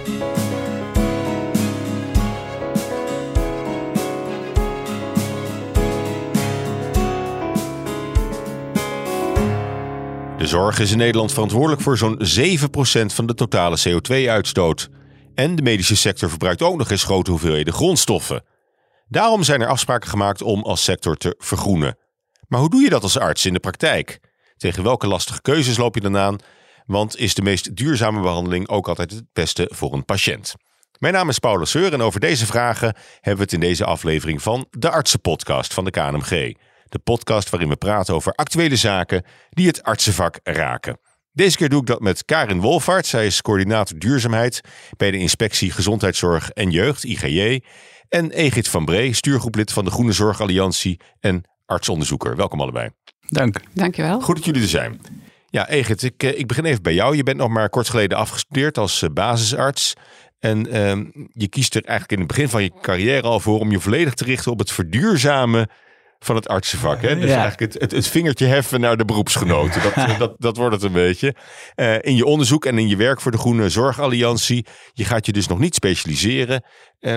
De zorg is in Nederland verantwoordelijk voor zo'n 7% van de totale CO2-uitstoot. En de medische sector verbruikt ook nog eens grote hoeveelheden grondstoffen. Daarom zijn er afspraken gemaakt om als sector te vergroenen. Maar hoe doe je dat als arts in de praktijk? Tegen welke lastige keuzes loop je dan aan? Want is de meest duurzame behandeling ook altijd het beste voor een patiënt? Mijn naam is Paul Lasseur en over deze vragen hebben we het in deze aflevering van de Artsenpodcast van de KNMG. De podcast waarin we praten over actuele zaken die het artsenvak raken. Deze keer doe ik dat met Karin Wolfaert. Zij is coördinator duurzaamheid bij de Inspectie Gezondheidszorg en Jeugd, IGJ. En Egid van Bree, stuurgroeplid van de Groene Zorgalliantie en artsonderzoeker. Welkom allebei. Dankjewel. Goed dat jullie er zijn. Ja, Egid, ik begin even bij jou. Je bent nog maar kort geleden afgestudeerd als basisarts. En je kiest er eigenlijk in het begin van je carrière al voor om je volledig te richten op het verduurzamen van het artsenvak. Hè? Dus eigenlijk het vingertje heffen naar de beroepsgenoten. Dat wordt het een beetje. In je onderzoek en in je werk voor de Groene Zorgalliantie. Je gaat je dus nog niet specialiseren.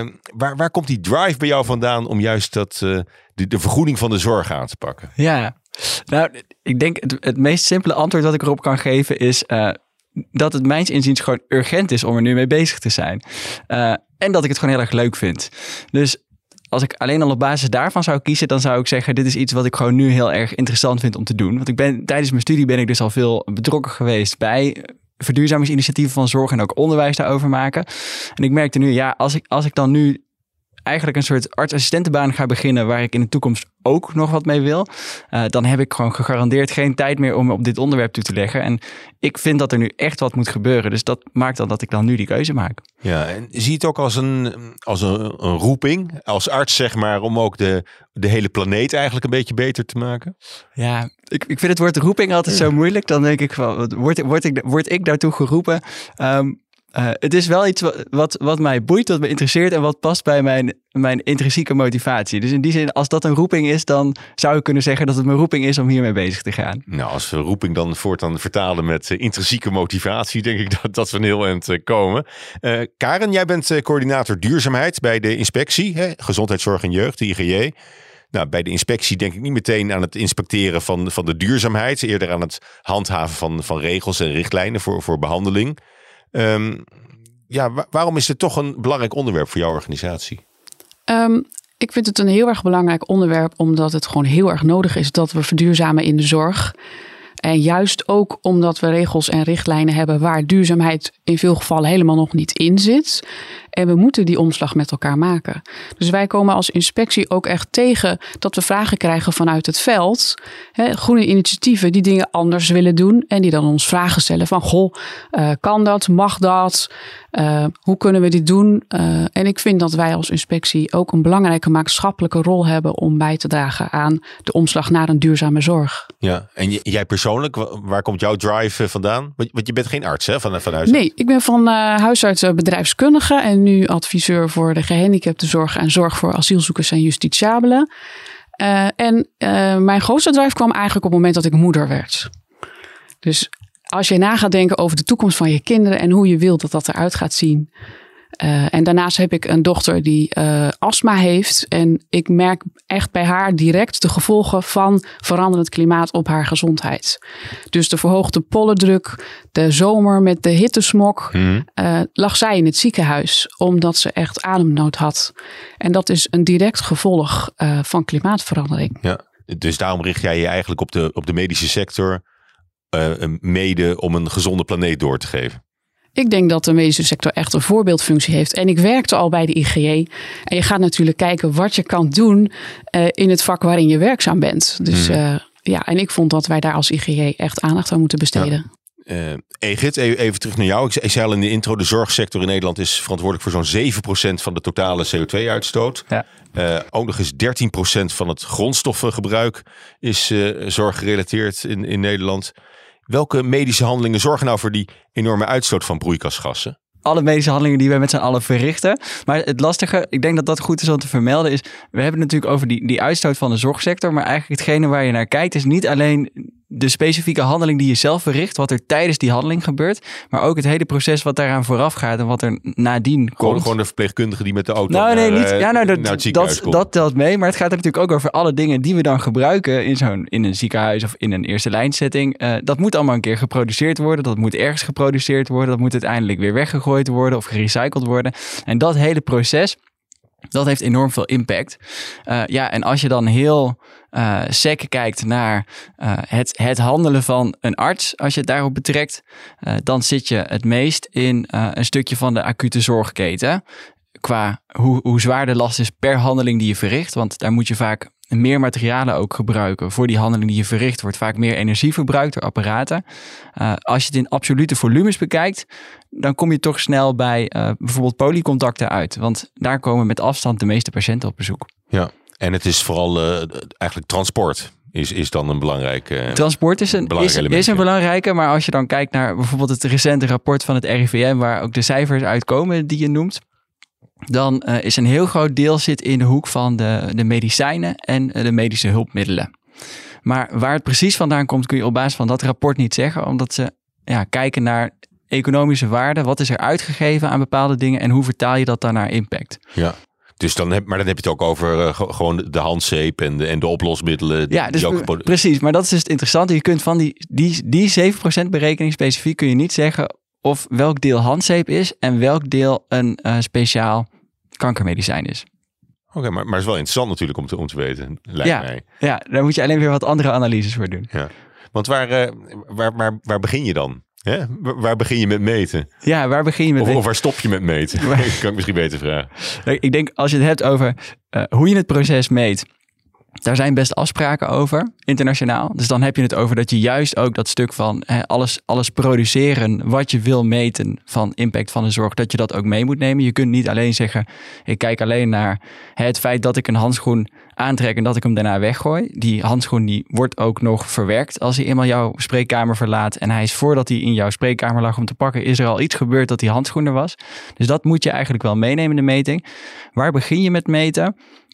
Waar komt die drive bij jou vandaan om juist de vergroening van de zorg aan te pakken? Ja, nou, ik denk het meest simpele antwoord dat ik erop kan geven is dat het mijns inziens gewoon urgent is om er nu mee bezig te zijn. En dat ik het gewoon heel erg leuk vind. Dus als ik alleen al op basis daarvan zou kiezen, dan zou ik zeggen, dit is iets wat ik gewoon nu heel erg interessant vind om te doen. Want tijdens mijn studie ben ik dus al veel betrokken geweest bij verduurzamingsinitiatieven van zorg en ook onderwijs daarover maken. En ik merkte nu, ja, als ik dan nu eigenlijk een soort artsassistentenbaan ga beginnen waar ik in de toekomst ook nog wat mee wil, dan heb ik gewoon gegarandeerd geen tijd meer om me op dit onderwerp toe te leggen. En ik vind dat er nu echt wat moet gebeuren. Dus dat maakt dan dat ik dan nu die keuze maak. Ja, en zie je het ook als een roeping, als arts zeg maar, om ook de hele planeet eigenlijk een beetje beter te maken? Ja, ik vind het woord roeping altijd zo moeilijk. Dan denk ik, word ik daartoe geroepen? Het is wel iets wat mij boeit, wat me interesseert en wat past bij mijn intrinsieke motivatie. Dus in die zin, als dat een roeping is, dan zou ik kunnen zeggen dat het mijn roeping is om hiermee bezig te gaan. Nou, als we roeping dan voortaan vertalen met intrinsieke motivatie, denk ik dat we een heel eind komen. Karin, jij bent coördinator duurzaamheid bij de Inspectie, Gezondheidszorg en Jeugd, de IGJ. Nou, bij de inspectie denk ik niet meteen aan het inspecteren van de duurzaamheid, eerder aan het handhaven van regels en richtlijnen voor behandeling. Waarom is dit toch een belangrijk onderwerp voor jouw organisatie? Ik vind het een heel erg belangrijk onderwerp, omdat het gewoon heel erg nodig is dat we verduurzamen in de zorg. En juist ook omdat we regels en richtlijnen hebben waar duurzaamheid in veel gevallen helemaal nog niet in zit. En we moeten die omslag met elkaar maken. Dus wij komen als inspectie ook echt tegen dat we vragen krijgen vanuit het veld. Groene initiatieven die dingen anders willen doen. En die dan ons vragen stellen van, kan dat? Mag dat? Hoe kunnen we dit doen? En ik vind dat wij als inspectie ook een belangrijke maatschappelijke rol hebben om bij te dragen aan de omslag naar een duurzame zorg. Ja, en jij persoonlijk, waar komt jouw drive vandaan? Want je bent geen arts, hè, van huis? Nee, ik ben van huisarts bedrijfskundige en nu adviseur voor de gehandicaptenzorg en zorg voor asielzoekers en justitiabelen. Mijn grootste drive kwam eigenlijk op het moment dat ik moeder werd. Dus als je na gaat denken over de toekomst van je kinderen en hoe je wilt dat dat eruit gaat zien. En daarnaast heb ik een dochter die astma heeft. En ik merk echt bij haar direct de gevolgen van veranderend klimaat op haar gezondheid. Dus de verhoogde pollendruk, de zomer met de hittesmok, lag zij in het ziekenhuis omdat ze echt ademnood had. En dat is een direct gevolg van klimaatverandering. Ja, dus daarom richt jij je eigenlijk op de medische sector mede om een gezonde planeet door te geven. Ik denk dat de medische sector echt een voorbeeldfunctie heeft. En ik werkte al bij de IGJ. En je gaat natuurlijk kijken wat je kan doen in het vak waarin je werkzaam bent. Dus en ik vond dat wij daar als IGJ echt aandacht aan moeten besteden. Ja. Egid, even terug naar jou. Ik zei al in de intro, de zorgsector in Nederland is verantwoordelijk voor zo'n 7% van de totale CO2-uitstoot. Ja. Ook nog eens 13% van het grondstoffengebruik is zorggerelateerd in Nederland. Welke medische handelingen zorgen nou voor die enorme uitstoot van broeikasgassen? Alle medische handelingen die wij met z'n allen verrichten. Maar het lastige, ik denk dat dat goed is om te vermelden, is we hebben het natuurlijk over die uitstoot van de zorgsector. Maar eigenlijk hetgene waar je naar kijkt is niet alleen de specifieke handeling die je zelf verricht, wat er tijdens die handeling gebeurt, maar ook het hele proces wat daaraan vooraf gaat en wat er nadien komt. Gewoon de verpleegkundige die met de auto naar het ziekenhuis komt. Dat telt mee, maar het gaat er natuurlijk ook over alle dingen die we dan gebruiken in een ziekenhuis of in een eerste lijnsetting. Dat moet allemaal een keer geproduceerd worden, dat moet ergens geproduceerd worden, dat moet uiteindelijk weer weggegooid worden of gerecycled worden. En dat hele proces, dat heeft enorm veel impact. En als je dan heel sec kijkt naar het handelen van een arts, als je het daarop betrekt, dan zit je het meest in een stukje van de acute zorgketen. Qua hoe zwaar de last is per handeling die je verricht. Want daar moet je vaak meer materialen ook gebruiken. Voor die handeling die je verricht wordt vaak meer energie verbruikt door apparaten. Als je het in absolute volumes bekijkt, dan kom je toch snel bij bijvoorbeeld polycontacten uit. Want daar komen met afstand de meeste patiënten op bezoek. Ja, en het is vooral eigenlijk transport is dan een belangrijk transport is een belangrijke, maar als je dan kijkt naar bijvoorbeeld het recente rapport van het RIVM, waar ook de cijfers uitkomen die je noemt, dan is een heel groot deel zit in de hoek van de medicijnen en de medische hulpmiddelen. Maar waar het precies vandaan komt, kun je op basis van dat rapport niet zeggen, omdat ze kijken naar economische waarde. Wat is er uitgegeven aan bepaalde dingen en hoe vertaal je dat dan naar impact? Ja. Dus dan heb je het ook over gewoon de handzeep en de oplosmiddelen. Ja, dus precies. Maar dat is dus het interessante. Je kunt van die 7% berekening specifiek kun je niet zeggen of welk deel handzeep is en welk deel een speciaal kankermedicijn is. Oké, maar het is wel interessant natuurlijk om te weten, lijkt mij. Ja, daar moet je alleen weer wat andere analyses voor doen. Ja. Want waar begin je dan? Hè? Waar begin je met meten? Ja, waar begin je met meten? Of waar stop je met meten? Dat kan ik misschien beter vragen. Ik denk, als je het hebt over hoe je het proces meet, daar zijn best afspraken over, internationaal. Dus dan heb je het over dat je juist ook dat stuk van alles produceren wat je wil meten van impact van de zorg, dat je dat ook mee moet nemen. Je kunt niet alleen zeggen, ik kijk alleen naar het feit dat ik een handschoen aantrek en dat ik hem daarna weggooi. Die handschoen die wordt ook nog verwerkt als hij eenmaal jouw spreekkamer verlaat. En hij is voordat hij in jouw spreekkamer lag om te pakken, is er al iets gebeurd dat die handschoen er was. Dus dat moet je eigenlijk wel meenemen in de meting. Waar begin je met meten?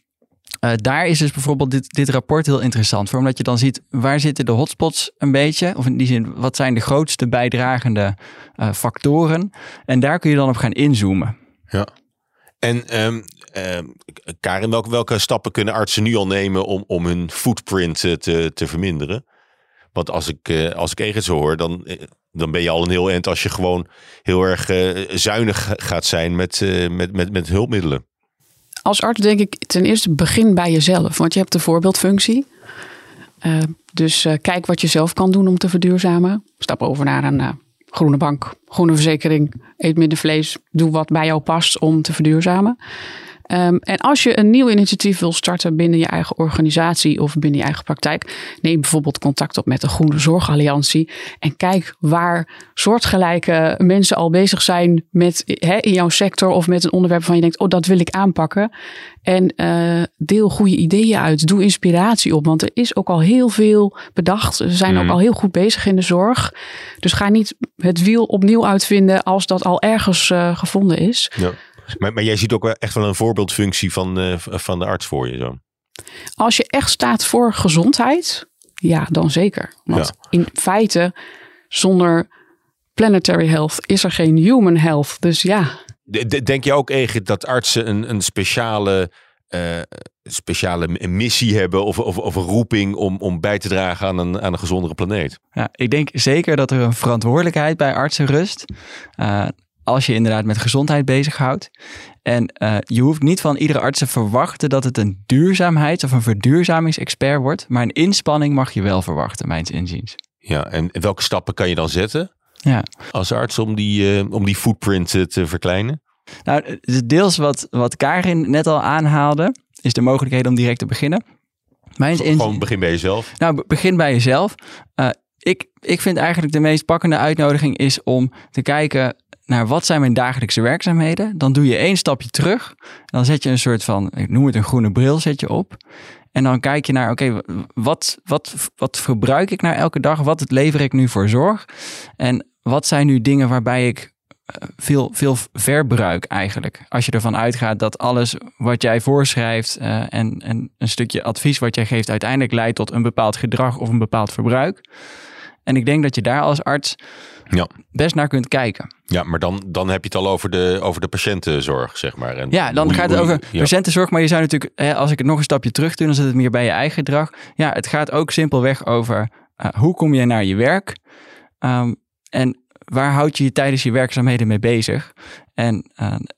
Daar is dus bijvoorbeeld dit rapport heel interessant voor, omdat je dan ziet waar zitten de hotspots een beetje, of in die zin wat zijn de grootste bijdragende factoren. En daar kun je dan op gaan inzoomen. Ja. En Karin, welke stappen kunnen artsen nu al nemen om hun footprint te verminderen? Want als ik ergens zo hoor, dan ben je al een heel eind als je gewoon heel erg zuinig gaat zijn met hulpmiddelen. Als arts denk ik ten eerste begin bij jezelf. Want je hebt de voorbeeldfunctie. Dus kijk wat je zelf kan doen om te verduurzamen. Stap over naar een groene bank, groene verzekering. Eet minder vlees. Doe wat bij jou past om te verduurzamen. En als je een nieuw initiatief wil starten binnen je eigen organisatie of binnen je eigen praktijk, neem bijvoorbeeld contact op met de Groene Zorgalliantie en kijk waar soortgelijke mensen al bezig zijn met in jouw sector of met een onderwerp waarvan je denkt, oh, dat wil ik aanpakken. En deel goede ideeën uit, doe inspiratie op, want er is ook al heel veel bedacht. Ze zijn ook al heel goed bezig in de zorg. Dus ga niet het wiel opnieuw uitvinden als dat al ergens gevonden is. Ja. Maar jij ziet ook wel echt wel een voorbeeldfunctie van de arts voor je zo. Als je echt staat voor gezondheid, ja, dan zeker. Want in feite, zonder planetary health is er geen human health. Dus ja. Denk je ook, Egid, dat artsen een speciale missie hebben of een roeping om bij te dragen aan een gezondere planeet? Ja, ik denk zeker dat er een verantwoordelijkheid bij artsen rust. Als je inderdaad met gezondheid bezighoudt. En je hoeft niet van iedere arts te verwachten dat het een duurzaamheids- of een verduurzamingsexpert wordt. Maar een inspanning mag je wel verwachten, mijns inziens. Ja, en welke stappen kan je dan zetten als arts om die footprint te verkleinen? Nou, deels wat Karin net al aanhaalde, is de mogelijkheid om direct te beginnen. Gewoon begin bij jezelf? Nou, begin bij jezelf. Ik vind eigenlijk de meest pakkende uitnodiging is om te kijken naar wat zijn mijn dagelijkse werkzaamheden. Dan doe je 1 stapje terug. Dan zet je een soort van, ik noem het een groene bril, zet je op. En dan kijk je naar, oké, wat verbruik ik nou elke dag? Wat lever ik nu voor zorg? En wat zijn nu dingen waarbij ik veel verbruik eigenlijk. Als je ervan uitgaat dat alles wat jij voorschrijft en een stukje advies wat jij geeft uiteindelijk leidt tot een bepaald gedrag of een bepaald verbruik. En ik denk dat je daar als arts best naar kunt kijken. Ja, maar dan heb je het al over de patiëntenzorg, zeg maar. En dan gaat het over patiëntenzorg. Maar je zou natuurlijk, als ik het nog een stapje terug doe, dan zit het meer bij je eigen gedrag. Ja, het gaat ook simpelweg over hoe kom je naar je werk? En waar houd je je tijdens je werkzaamheden mee bezig? En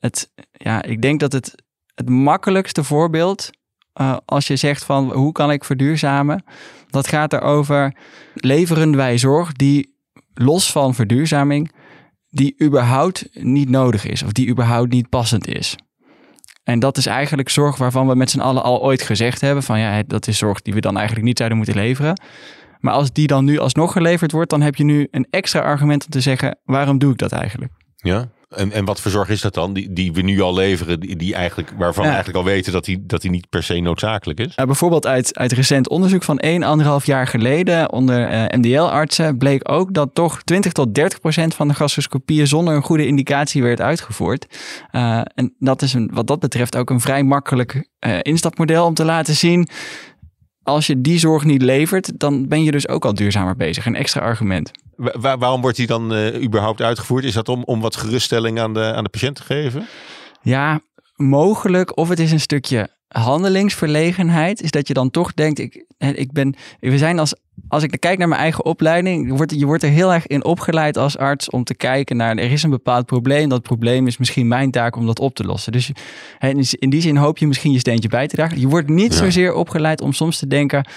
ik denk dat het makkelijkste voorbeeld, als je zegt van hoe kan ik verduurzamen? Dat gaat erover, leveren wij zorg die los van verduurzaming, die überhaupt niet nodig is of die überhaupt niet passend is. En dat is eigenlijk zorg waarvan we met z'n allen al ooit gezegd hebben van dat is zorg die we dan eigenlijk niet zouden moeten leveren. Maar als die dan nu alsnog geleverd wordt, dan heb je nu een extra argument om te zeggen, waarom doe ik dat eigenlijk? Ja, en wat voor zorg is dat dan? Die we nu al leveren, waarvan we eigenlijk al weten dat die niet per se noodzakelijk is? Bijvoorbeeld uit recent onderzoek van 1,5 jaar geleden onder MDL-artsen bleek ook dat toch 20-30% van de gastroscopieën zonder een goede indicatie werd uitgevoerd. En dat is wat dat betreft ook een vrij makkelijk instapmodel om te laten zien. Als je die zorg niet levert, dan ben je dus ook al duurzamer bezig. Een extra argument. Waarom wordt die dan überhaupt uitgevoerd? Is dat om wat geruststelling aan de patiënt te geven? Ja, mogelijk. Of het is een stukje handelingsverlegenheid. Is dat je dan toch denkt, we zijn als ik kijk naar mijn eigen opleiding, je wordt er heel erg in opgeleid als arts om te kijken naar, er is een bepaald probleem. Dat probleem is misschien mijn taak om dat op te lossen. Dus in die zin hoop je misschien je steentje bij te dragen. Je wordt niet zozeer opgeleid om soms te denken,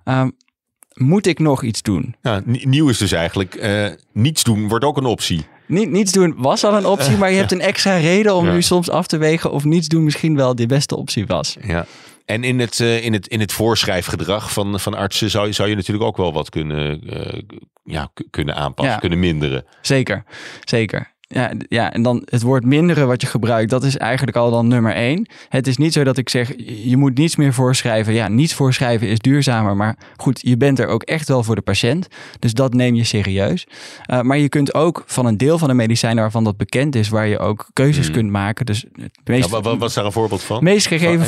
moet ik nog iets doen? Ja, nieuw is dus eigenlijk, niets doen wordt ook een optie. Niets doen was al een optie, maar je hebt een extra reden om nu soms af te wegen of niets doen misschien wel de beste optie was. Ja. En in het voorschrijfgedrag van artsen zou je natuurlijk ook wel wat kunnen aanpassen, kunnen minderen. Zeker. Ja, en dan het woord minderen wat je gebruikt, dat is eigenlijk al dan nummer 1. Het is niet zo dat ik zeg, je moet niets meer voorschrijven. Ja, niets voorschrijven is duurzamer, maar goed, je bent er ook echt wel voor de patiënt. Dus dat neem je serieus. Maar je kunt ook van een deel van de medicijnen waarvan dat bekend is, waar je ook keuzes kunt maken. Dus wat is daar een voorbeeld van? Meest gegeven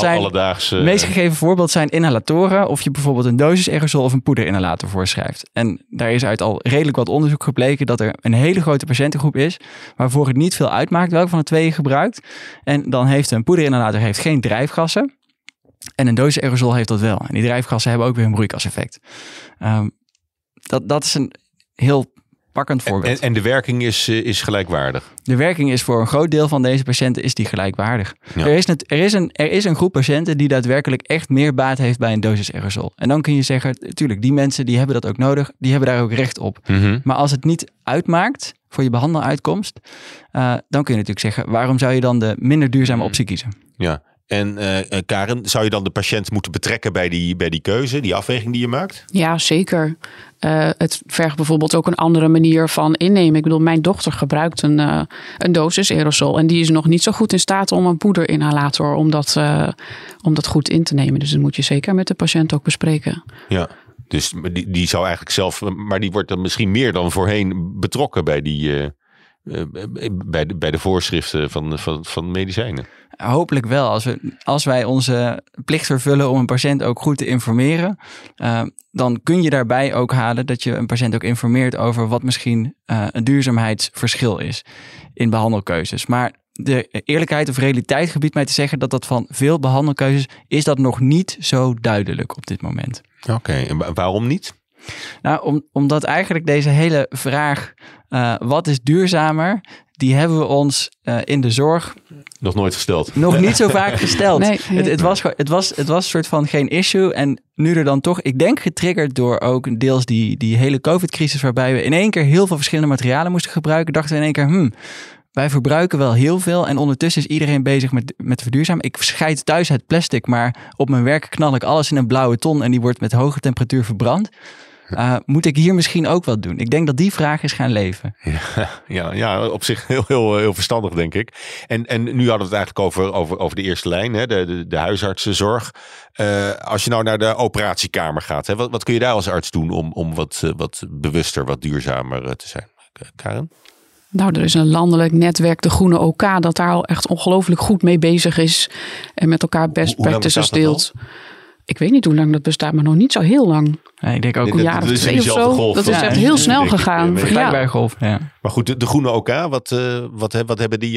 voorbeeld zijn inhalatoren, of je bijvoorbeeld een dosis aerosol of een poederinhalator voorschrijft. En daar is uit al redelijk wat onderzoek gebleken dat er een hele grote patiëntengroep is waarvoor het niet veel uitmaakt welke van de twee je gebruikt. En dan heeft een poederinhalator geen drijfgassen. En een dosis aerosol heeft dat wel. En die drijfgassen hebben ook weer een broeikaseffect. Dat is een heel pakkend voorbeeld. En de werking is gelijkwaardig? De werking is voor een groot deel van deze patiënten is die gelijkwaardig. Ja. Er is een groep patiënten die daadwerkelijk echt meer baat heeft bij een dosis aerosol. En dan kun je zeggen, natuurlijk, die mensen die hebben dat ook nodig. Die hebben daar ook recht op. Mm-hmm. Maar als het niet uitmaakt voor je behandeluitkomst, dan kun je natuurlijk zeggen, waarom zou je dan de minder duurzame optie kiezen? Ja. En Karen, zou je dan de patiënt moeten betrekken bij die keuze, die afweging die je maakt? Ja, zeker. Het vergt bijvoorbeeld ook een andere manier van innemen. Ik bedoel, mijn dochter gebruikt een dosis aerosol en die is nog niet zo goed in staat om een poederinhalator om dat goed in te nemen. Dus dat moet je zeker met de patiënt ook bespreken. Ja. Dus die zou eigenlijk zelf, maar die wordt dan misschien meer dan voorheen betrokken bij bij de voorschriften van medicijnen. Hopelijk wel. Als wij onze plicht vervullen om een patiënt ook goed te informeren, dan kun je daarbij ook halen dat je een patiënt ook informeert over wat misschien een duurzaamheidsverschil is in behandelkeuzes. Maar de eerlijkheid of realiteit gebiedt mij te zeggen dat van veel behandelkeuzes is dat nog niet zo duidelijk op dit moment. Oké, en waarom niet? Nou, omdat eigenlijk deze hele vraag, wat is duurzamer, die hebben we ons in de zorg nog nooit gesteld. Nog niet zo vaak gesteld. Nee. Het was een soort van geen issue. En nu er dan toch, ik denk getriggerd door ook deels die hele COVID-crisis, waarbij we in één keer heel veel verschillende materialen moesten gebruiken, dachten we in één keer, wij verbruiken wel heel veel en ondertussen is iedereen bezig met verduurzamen. Ik scheid thuis het plastic, maar op mijn werk knal ik alles in een blauwe ton en die wordt met hoge temperatuur verbrand. Moet ik hier misschien ook wat doen? Ik denk dat die vraag is gaan leven. Ja, op zich heel verstandig, denk ik. En nu hadden we het eigenlijk over de eerste lijn, hè, de huisartsenzorg. Als je nou naar de operatiekamer gaat, hè, wat kun je daar als arts doen om wat bewuster, wat duurzamer te zijn? Karen? Nou, er is een landelijk netwerk, de Groene OK, dat daar al echt ongelooflijk goed mee bezig is. En met elkaar best practices deelt. Ik weet niet hoe lang dat bestaat, maar nog niet zo heel lang. Ja, ik denk ook een jaar of 2 of zo. Golf, dat is echt heel snel gegaan. Vergelijkbare golf, ja. Maar goed, de Groene OK, wat hebben die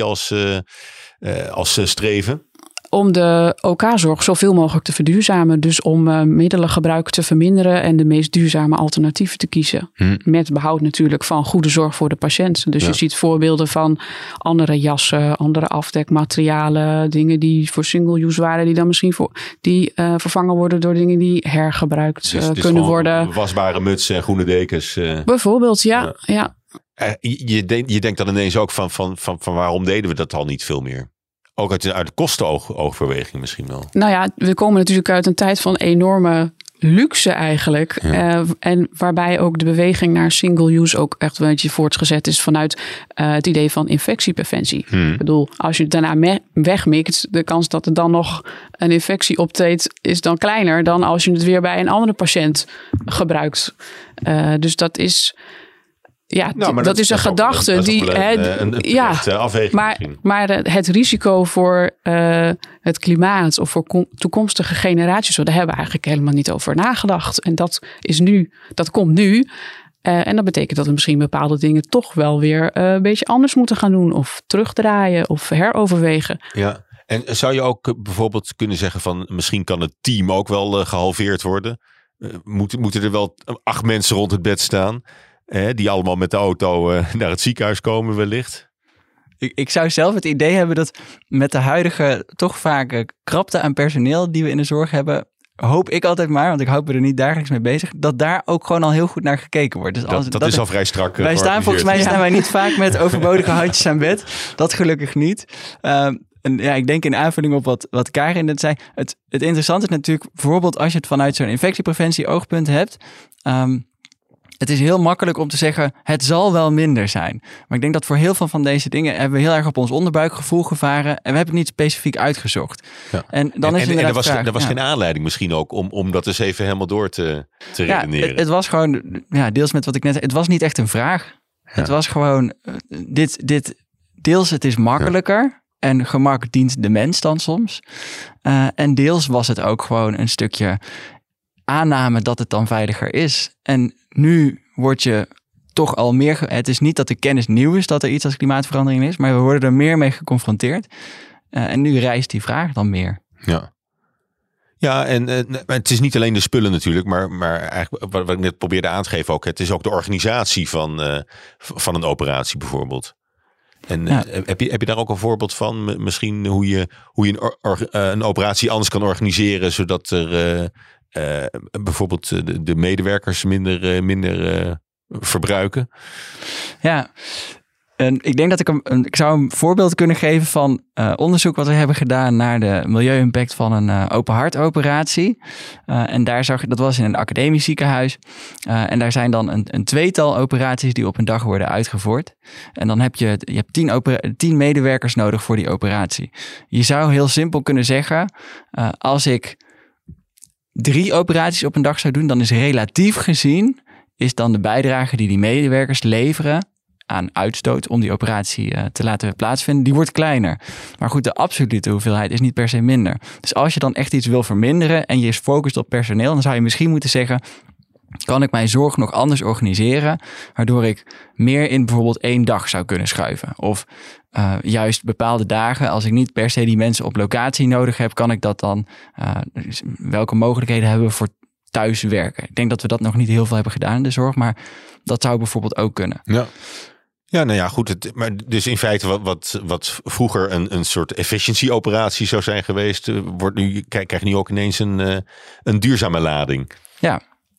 als streven? Om de OK-zorg zoveel mogelijk te verduurzamen. Dus om middelengebruik te verminderen en de meest duurzame alternatieven te kiezen. Met behoud natuurlijk van goede zorg voor de patiënt. Dus je ziet voorbeelden van andere jassen, andere afdekmaterialen, dingen die voor single-use waren, die dan misschien vervangen worden door dingen die hergebruikt kunnen worden. Wasbare mutsen en groene dekens. Bijvoorbeeld, ja. Je denkt dan ineens ook van waarom deden we dat al niet veel meer? Ook uit de kostenoogverweging misschien wel. Nou ja, we komen natuurlijk uit een tijd van enorme luxe eigenlijk. Ja. En waarbij ook de beweging naar single-use ook echt een beetje voortgezet is vanuit het idee van infectiepreventie. Ik bedoel, als je het daarna wegmikt, de kans dat er dan nog een infectie optreedt is dan kleiner dan als je het weer bij een andere patiënt gebruikt. Dus dat is... Ja, dat is een gedachte die. Afweging maar het risico voor het klimaat of voor toekomstige generaties, daar hebben we eigenlijk helemaal niet over nagedacht. En dat komt nu. En dat betekent dat we misschien bepaalde dingen toch wel weer een beetje anders moeten gaan doen. Of terugdraaien of heroverwegen. Ja, en zou je ook bijvoorbeeld kunnen zeggen van misschien kan het team ook wel gehalveerd worden? Moeten er wel 8 mensen rond het bed staan? Die allemaal met de auto naar het ziekenhuis komen wellicht. Ik zou zelf het idee hebben dat met de huidige toch vaak krapte aan personeel die we in de zorg hebben, hoop ik altijd maar, want ik hoop er niet dagelijks mee bezig, dat daar ook gewoon al heel goed naar gekeken wordt. Dus dat is al vrij strak. Wij staan volgens mij wij niet vaak met overbodige handjes aan bed. Dat gelukkig niet. En ja, ik denk in aanvulling op wat Karin net zei. Het interessante is natuurlijk bijvoorbeeld als je het vanuit zo'n infectiepreventie oogpunt hebt. Het is heel makkelijk om te zeggen, het zal wel minder zijn. Maar ik denk dat voor heel veel van deze dingen hebben we heel erg op ons onderbuikgevoel gevaren. En we hebben het niet specifiek uitgezocht. Ja. En dan is er was geen aanleiding misschien ook om dat eens even helemaal door te redeneren. Het was gewoon, deels met wat ik net zei, het was niet echt een vraag. Ja. Het was gewoon, deels het is makkelijker. Ja. En gemak dient de mens dan soms. En deels was het ook gewoon een stukje aanname dat het dan veiliger is. En nu word je toch al meer... Het is niet dat de kennis nieuw is dat er iets als klimaatverandering is, maar we worden er meer mee geconfronteerd. En nu rijst die vraag dan meer. Ja, en het is niet alleen de spullen natuurlijk, maar eigenlijk wat ik net probeerde aan te geven ook. Het is ook de organisatie van een operatie bijvoorbeeld. En heb je daar ook een voorbeeld van? Misschien hoe je een operatie anders kan organiseren, zodat er bijvoorbeeld de medewerkers minder verbruiken? Ja, en ik denk dat ik zou een voorbeeld kunnen geven van onderzoek wat we hebben gedaan naar de milieu-impact van een open hartoperatie. En dat was in een academisch ziekenhuis. En daar zijn dan een tweetal operaties die op een dag worden uitgevoerd. En dan heb je hebt 10 medewerkers nodig voor die operatie. Je zou heel simpel kunnen zeggen, als ik 3 operaties op een dag zou doen, dan is relatief gezien dan de bijdrage die medewerkers leveren aan uitstoot om die operatie te laten plaatsvinden, die wordt kleiner. Maar goed, de absolute hoeveelheid is niet per se minder. Dus als je dan echt iets wil verminderen en je is focust op personeel, dan zou je misschien moeten zeggen, kan ik mijn zorg nog anders organiseren, waardoor ik meer in bijvoorbeeld 1 dag zou kunnen schuiven. Of juist bepaalde dagen, als ik niet per se die mensen op locatie nodig heb, kan ik dat dan, welke mogelijkheden hebben we voor thuiswerken? Ik denk dat we dat nog niet heel veel hebben gedaan in de zorg, maar dat zou bijvoorbeeld ook kunnen. Ja, nou ja, goed. Maar dus in feite wat vroeger een soort efficiency-operatie zou zijn geweest, krijg je nu ook ineens een duurzame lading. Ja.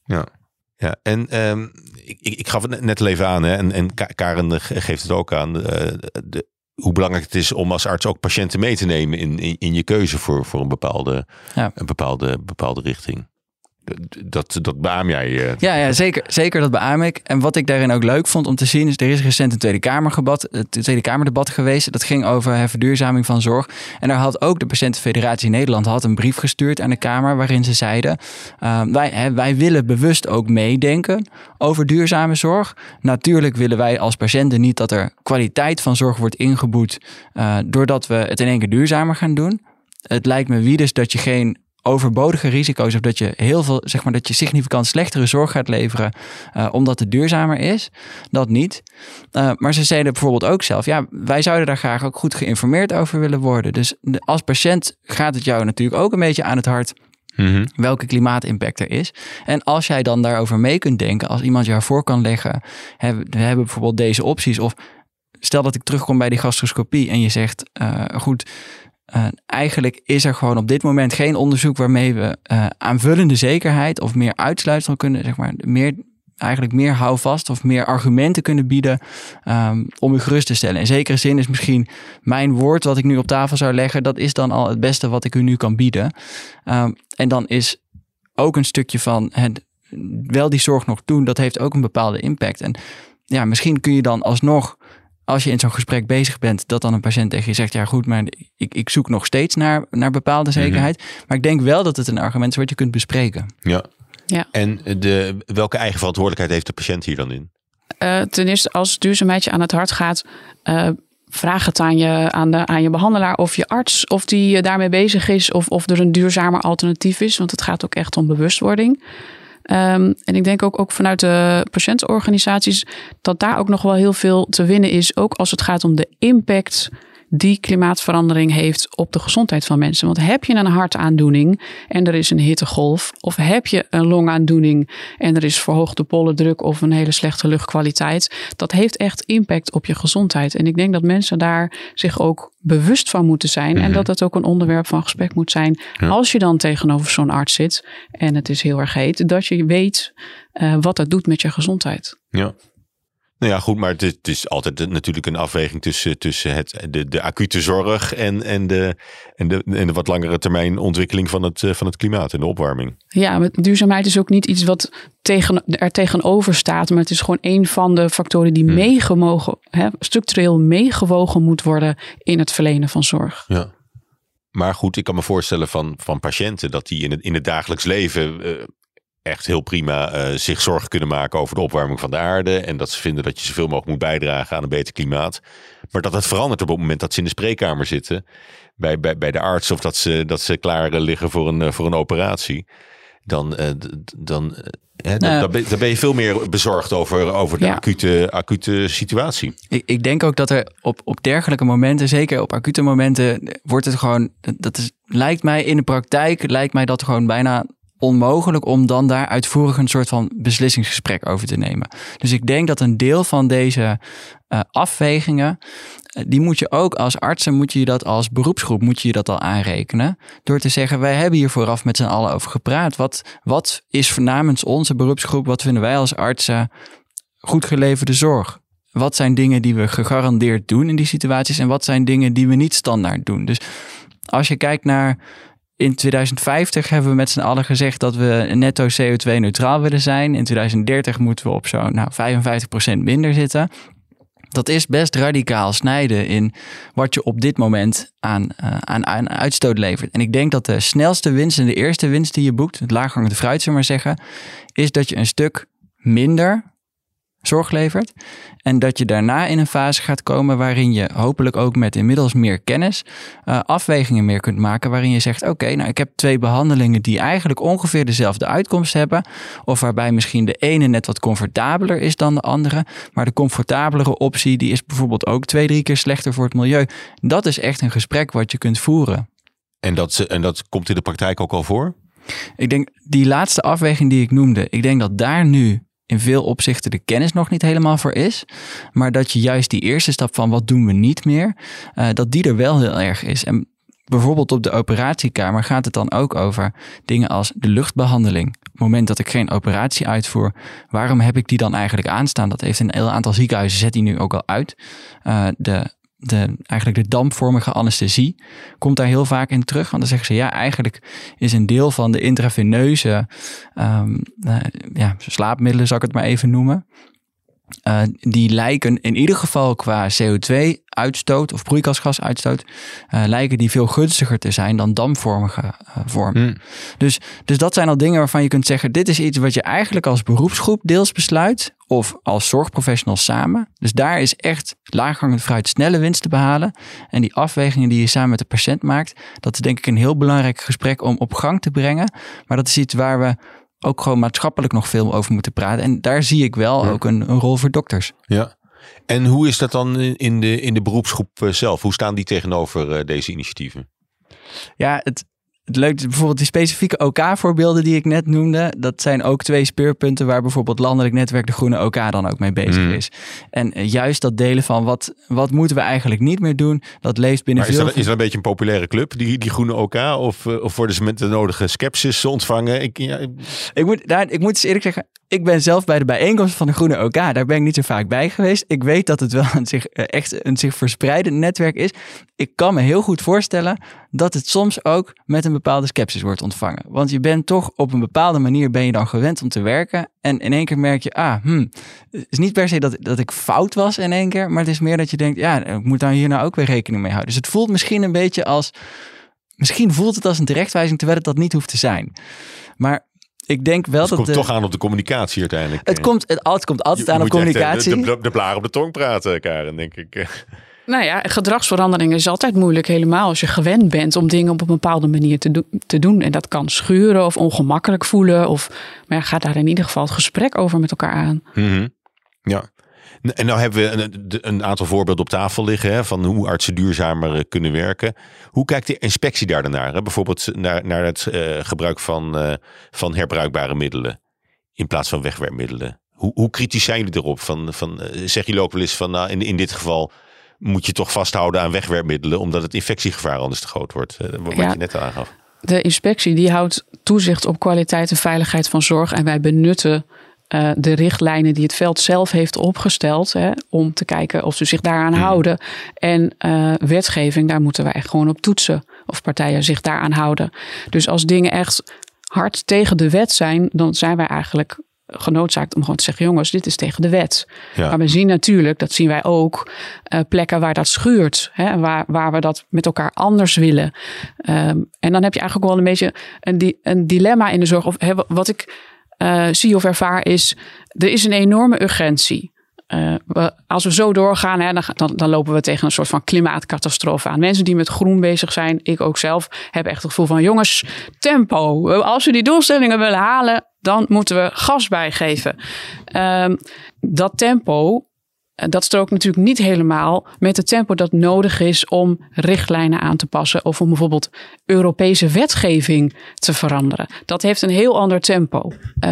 En ik gaf het net al even aan, hè, en Karen geeft het ook aan, hoe belangrijk het is om als arts ook patiënten mee te nemen in je keuze voor een bepaalde richting. Dat beaam jij. Ja, zeker dat beaam ik. En wat ik daarin ook leuk vond om te zien is, er is recent een Tweede Kamerdebat geweest. Dat ging over verduurzaming van zorg. En daar had ook de Patiëntenfederatie Nederland een brief gestuurd aan de Kamer waarin ze zeiden, wij willen bewust ook meedenken over duurzame zorg. Natuurlijk willen wij als patiënten niet dat er kwaliteit van zorg wordt ingeboet doordat we het in één keer duurzamer gaan doen. Het lijkt me wie dus dat je geen overbodige risico's of dat je heel veel, dat je significant slechtere zorg gaat leveren omdat het duurzamer is. Dat niet. Maar ze zeiden bijvoorbeeld ook zelf, wij zouden daar graag ook goed geïnformeerd over willen worden. Dus als patiënt gaat het jou natuurlijk ook een beetje aan het hart welke klimaatimpact er is. En als jij dan daarover mee kunt denken, als iemand jou voor kan leggen, we hebben bijvoorbeeld deze opties, of stel dat ik terugkom bij die gastroscopie en je zegt, eigenlijk is er gewoon op dit moment geen onderzoek waarmee we aanvullende zekerheid of meer uitsluitsel kunnen, meer houvast of meer argumenten kunnen bieden om u gerust te stellen. In zekere zin is misschien mijn woord wat ik nu op tafel zou leggen, dat is dan al het beste wat ik u nu kan bieden. En dan is ook een stukje van wel die zorg nog doen, dat heeft ook een bepaalde impact. En ja, misschien kun je dan alsnog, als je in zo'n gesprek bezig bent, dat dan een patiënt tegen je zegt, ja goed, maar ik zoek nog steeds naar bepaalde zekerheid. Maar ik denk wel dat het een argument is wat je kunt bespreken. Ja. En welke eigen verantwoordelijkheid heeft de patiënt hier dan in? Ten eerste, als duurzaamheid je aan het hart gaat, vraag het aan je behandelaar of je arts, of die daarmee bezig is, of er een duurzamer alternatief is. Want het gaat ook echt om bewustwording. En ik denk ook vanuit de patiëntenorganisaties dat daar ook nog wel heel veel te winnen is. Ook als het gaat om de impact die klimaatverandering heeft op de gezondheid van mensen. Want heb je een hartaandoening en er is een hittegolf, of heb je een longaandoening en er is verhoogde pollendruk of een hele slechte luchtkwaliteit, dat heeft echt impact op je gezondheid. En ik denk dat mensen daar zich ook bewust van moeten zijn en dat het ook een onderwerp van gesprek moet zijn als je dan tegenover zo'n arts zit en het is heel erg heet, dat je weet wat dat doet met je gezondheid. Ja. Nou ja, goed, maar het is altijd natuurlijk een afweging tussen de acute zorg en de wat langere termijn ontwikkeling van het klimaat en de opwarming. Ja, maar duurzaamheid is ook niet iets wat er tegenover staat, maar het is gewoon een van de factoren die structureel meegewogen moet worden in het verlenen van zorg. Ja. Maar goed, ik kan me voorstellen van patiënten dat die in het dagelijks leven echt heel prima zich zorgen kunnen maken over de opwarming van de aarde. En dat ze vinden dat je zoveel mogelijk moet bijdragen aan een beter klimaat. Maar dat het verandert op het moment dat ze in de spreekkamer zitten. Bij de arts of dat ze klaar liggen voor een operatie. Dan ben je veel meer bezorgd over de acute situatie. Ik denk ook dat er op dergelijke momenten, zeker op acute momenten, wordt het gewoon, lijkt mij in de praktijk, dat gewoon bijna onmogelijk om dan daar uitvoerig een soort van beslissingsgesprek over te nemen. Dus ik denk dat een deel van deze afwegingen, die moet je ook als artsen, moet je dat als beroepsgroep, moet je dat al aanrekenen. Door te zeggen, wij hebben hier vooraf met z'n allen over gepraat. Wat is namens onze beroepsgroep, wat vinden wij als artsen goed geleverde zorg? Wat zijn dingen die we gegarandeerd doen in die situaties en wat zijn dingen die we niet standaard doen? Dus als je kijkt naar in 2050 hebben we met z'n allen gezegd dat we netto CO2-neutraal willen zijn. In 2030 moeten we op zo'n 55% minder zitten. Dat is best radicaal snijden in wat je op dit moment aan uitstoot levert. En ik denk dat de snelste winst en de eerste winst die je boekt, het laaghangende fruit, zullen we maar zeggen, is dat je een stuk minder zorg levert. En dat je daarna in een fase gaat komen waarin je hopelijk ook met inmiddels meer kennis afwegingen meer kunt maken. Waarin je zegt, oké, ik heb 2 behandelingen die eigenlijk ongeveer dezelfde uitkomst hebben. Of waarbij misschien de ene net wat comfortabeler is dan de andere. Maar de comfortabelere optie die is bijvoorbeeld ook 2-3 keer slechter voor het milieu. Dat is echt een gesprek wat je kunt voeren. En dat komt in de praktijk ook al voor? Ik denk die laatste afweging die ik noemde. Ik denk dat daar nu in veel opzichten de kennis nog niet helemaal voor is. Maar dat je juist die eerste stap van wat doen we niet meer, dat die er wel heel erg is. En bijvoorbeeld op de operatiekamer gaat het dan ook over dingen als de luchtbehandeling. Op het moment dat ik geen operatie uitvoer, waarom heb ik die dan eigenlijk aanstaan? Dat heeft een heel aantal ziekenhuizen, zet die nu ook al uit. eigenlijk de dampvormige anesthesie komt daar heel vaak in terug. Want dan zeggen ze, ja, eigenlijk is een deel van de intraveneuze slaapmiddelen, zal ik het maar even noemen. Die lijken in ieder geval qua CO2-uitstoot of broeikasgasuitstoot, lijken die veel gunstiger te zijn dan dampvormige vormen. Dus dat zijn al dingen waarvan je kunt zeggen, dit is iets wat je eigenlijk als beroepsgroep deels besluit of als zorgprofessionals samen. Dus daar is echt laaghangend fruit snelle winst te behalen. En die afwegingen die je samen met de patiënt maakt, dat is denk ik een heel belangrijk gesprek om op gang te brengen. Maar dat is iets waar we ook gewoon maatschappelijk nog veel over moeten praten. En daar zie ik wel ook een rol voor dokters. Ja. En hoe is dat dan in de beroepsgroep zelf? Hoe staan die tegenover deze initiatieven? Ja, het leuke is bijvoorbeeld die specifieke OK-voorbeelden die ik net noemde. Dat zijn ook 2 speerpunten waar bijvoorbeeld Landelijk Netwerk de Groene OK dan ook mee bezig is. En juist dat delen van wat moeten we eigenlijk niet meer doen, dat leeft binnen maar is dat een beetje een populaire club, die Groene OK? Of worden ze met de nodige scepsis ontvangen? Ik moet eens eerlijk zeggen, ik ben zelf bij de bijeenkomst van de Groene OK. Daar ben ik niet zo vaak bij geweest. Ik weet dat het wel een zich verspreidend netwerk is. Ik kan me heel goed voorstellen dat het soms ook met een bepaalde scepsis wordt ontvangen. Want je bent toch op een bepaalde manier ben je dan gewend om te werken. En in één keer merk je, het is niet per se dat ik fout was in één keer. Maar het is meer dat je denkt, ja, ik moet dan hier nou ook weer rekening mee houden. Dus het voelt misschien een beetje misschien voelt het als een terechtwijzing, terwijl het dat niet hoeft te zijn. Maar ik denk wel het komt toch aan op de communicatie uiteindelijk. Het komt altijd aan op communicatie. De blaar op de tong praten, Karen, denk ik. Nou ja, gedragsverandering is altijd moeilijk, helemaal als je gewend bent om dingen op een bepaalde manier te doen. En dat kan schuren of ongemakkelijk voelen. Maar ga daar in ieder geval het gesprek over met elkaar aan. Mm-hmm. Ja. En nou hebben we een aantal voorbeelden op tafel liggen van hoe artsen duurzamer kunnen werken. Hoe kijkt de inspectie daar dan naar? Hè? Bijvoorbeeld naar het gebruik van herbruikbare middelen in plaats van wegwerpmiddelen. Hoe kritisch zijn jullie erop? Zeg jullie ook wel eens van in dit geval moet je toch vasthouden aan wegwerpmiddelen omdat het infectiegevaar anders te groot wordt? Wat je net aangaf. De inspectie die houdt toezicht op kwaliteit en veiligheid van zorg en wij benutten de richtlijnen die het veld zelf heeft opgesteld, om te kijken of ze zich daaraan houden. En wetgeving, daar moeten wij echt gewoon op toetsen of partijen zich daaraan houden. Dus als dingen echt hard tegen de wet zijn, dan zijn wij eigenlijk genoodzaakt om gewoon te zeggen, jongens, dit is tegen de wet. Ja. Maar we zien natuurlijk, dat zien wij ook, plekken waar dat schuurt. Waar we dat met elkaar anders willen. En dan heb je eigenlijk ook wel een beetje een dilemma in de zorg. Of wat ik zie of ervaar is, er is een enorme urgentie. Als we zo doorgaan, dan lopen we tegen een soort van klimaatcatastrofe aan. Mensen die met groen bezig zijn, ik ook zelf, hebben echt het gevoel van, jongens, tempo. Als we die doelstellingen willen halen, dan moeten we gas bijgeven. Dat tempo, dat strookt natuurlijk niet helemaal met het tempo dat nodig is om richtlijnen aan te passen of om bijvoorbeeld Europese wetgeving te veranderen. Dat heeft een heel ander tempo.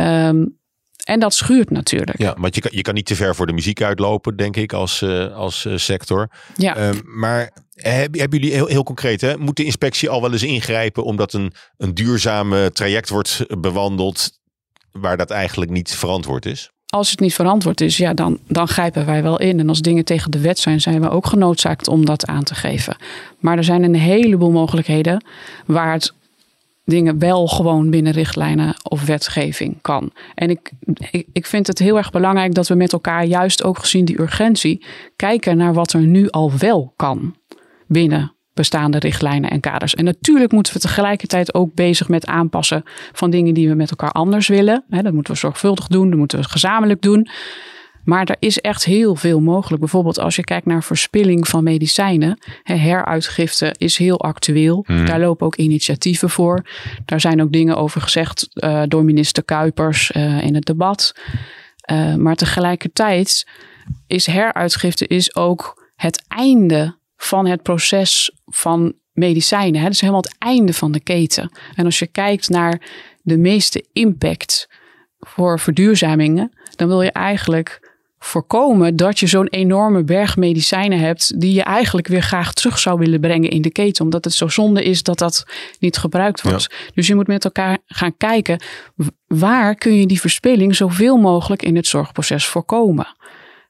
En dat schuurt natuurlijk. Ja, want je kan niet te ver voor de muziek uitlopen, denk ik, als sector. Ja. Maar hebben jullie heel concreet, moet de inspectie al wel eens ingrijpen omdat een duurzame traject wordt bewandeld waar dat eigenlijk niet verantwoord is? Als het niet verantwoord is, ja, dan grijpen wij wel in. En als dingen tegen de wet zijn we ook genoodzaakt om dat aan te geven. Maar er zijn een heleboel mogelijkheden waar het dingen wel gewoon binnen richtlijnen of wetgeving kan. En ik vind het heel erg belangrijk dat we met elkaar, juist ook gezien die urgentie, kijken naar wat er nu al wel kan binnen bestaande richtlijnen en kaders. En natuurlijk moeten we tegelijkertijd ook bezig met aanpassen van dingen die we met elkaar anders willen. Dat moeten we zorgvuldig doen, dat moeten we gezamenlijk doen. Maar er is echt heel veel mogelijk. Bijvoorbeeld als je kijkt naar verspilling van medicijnen. Heruitgifte is heel actueel. Daar lopen ook initiatieven voor. Daar zijn ook dingen over gezegd door minister Kuipers in het debat. Maar tegelijkertijd is heruitgifte ook het einde van het proces van medicijnen. Dat is helemaal het einde van de keten. En als je kijkt naar de meeste impact voor verduurzamingen, dan wil je eigenlijk voorkomen dat je zo'n enorme berg medicijnen hebt die je eigenlijk weer graag terug zou willen brengen in de keten. Omdat het zo zonde is dat dat niet gebruikt wordt. Ja. Dus je moet met elkaar gaan kijken, waar kun je die verspilling zoveel mogelijk in het zorgproces voorkomen?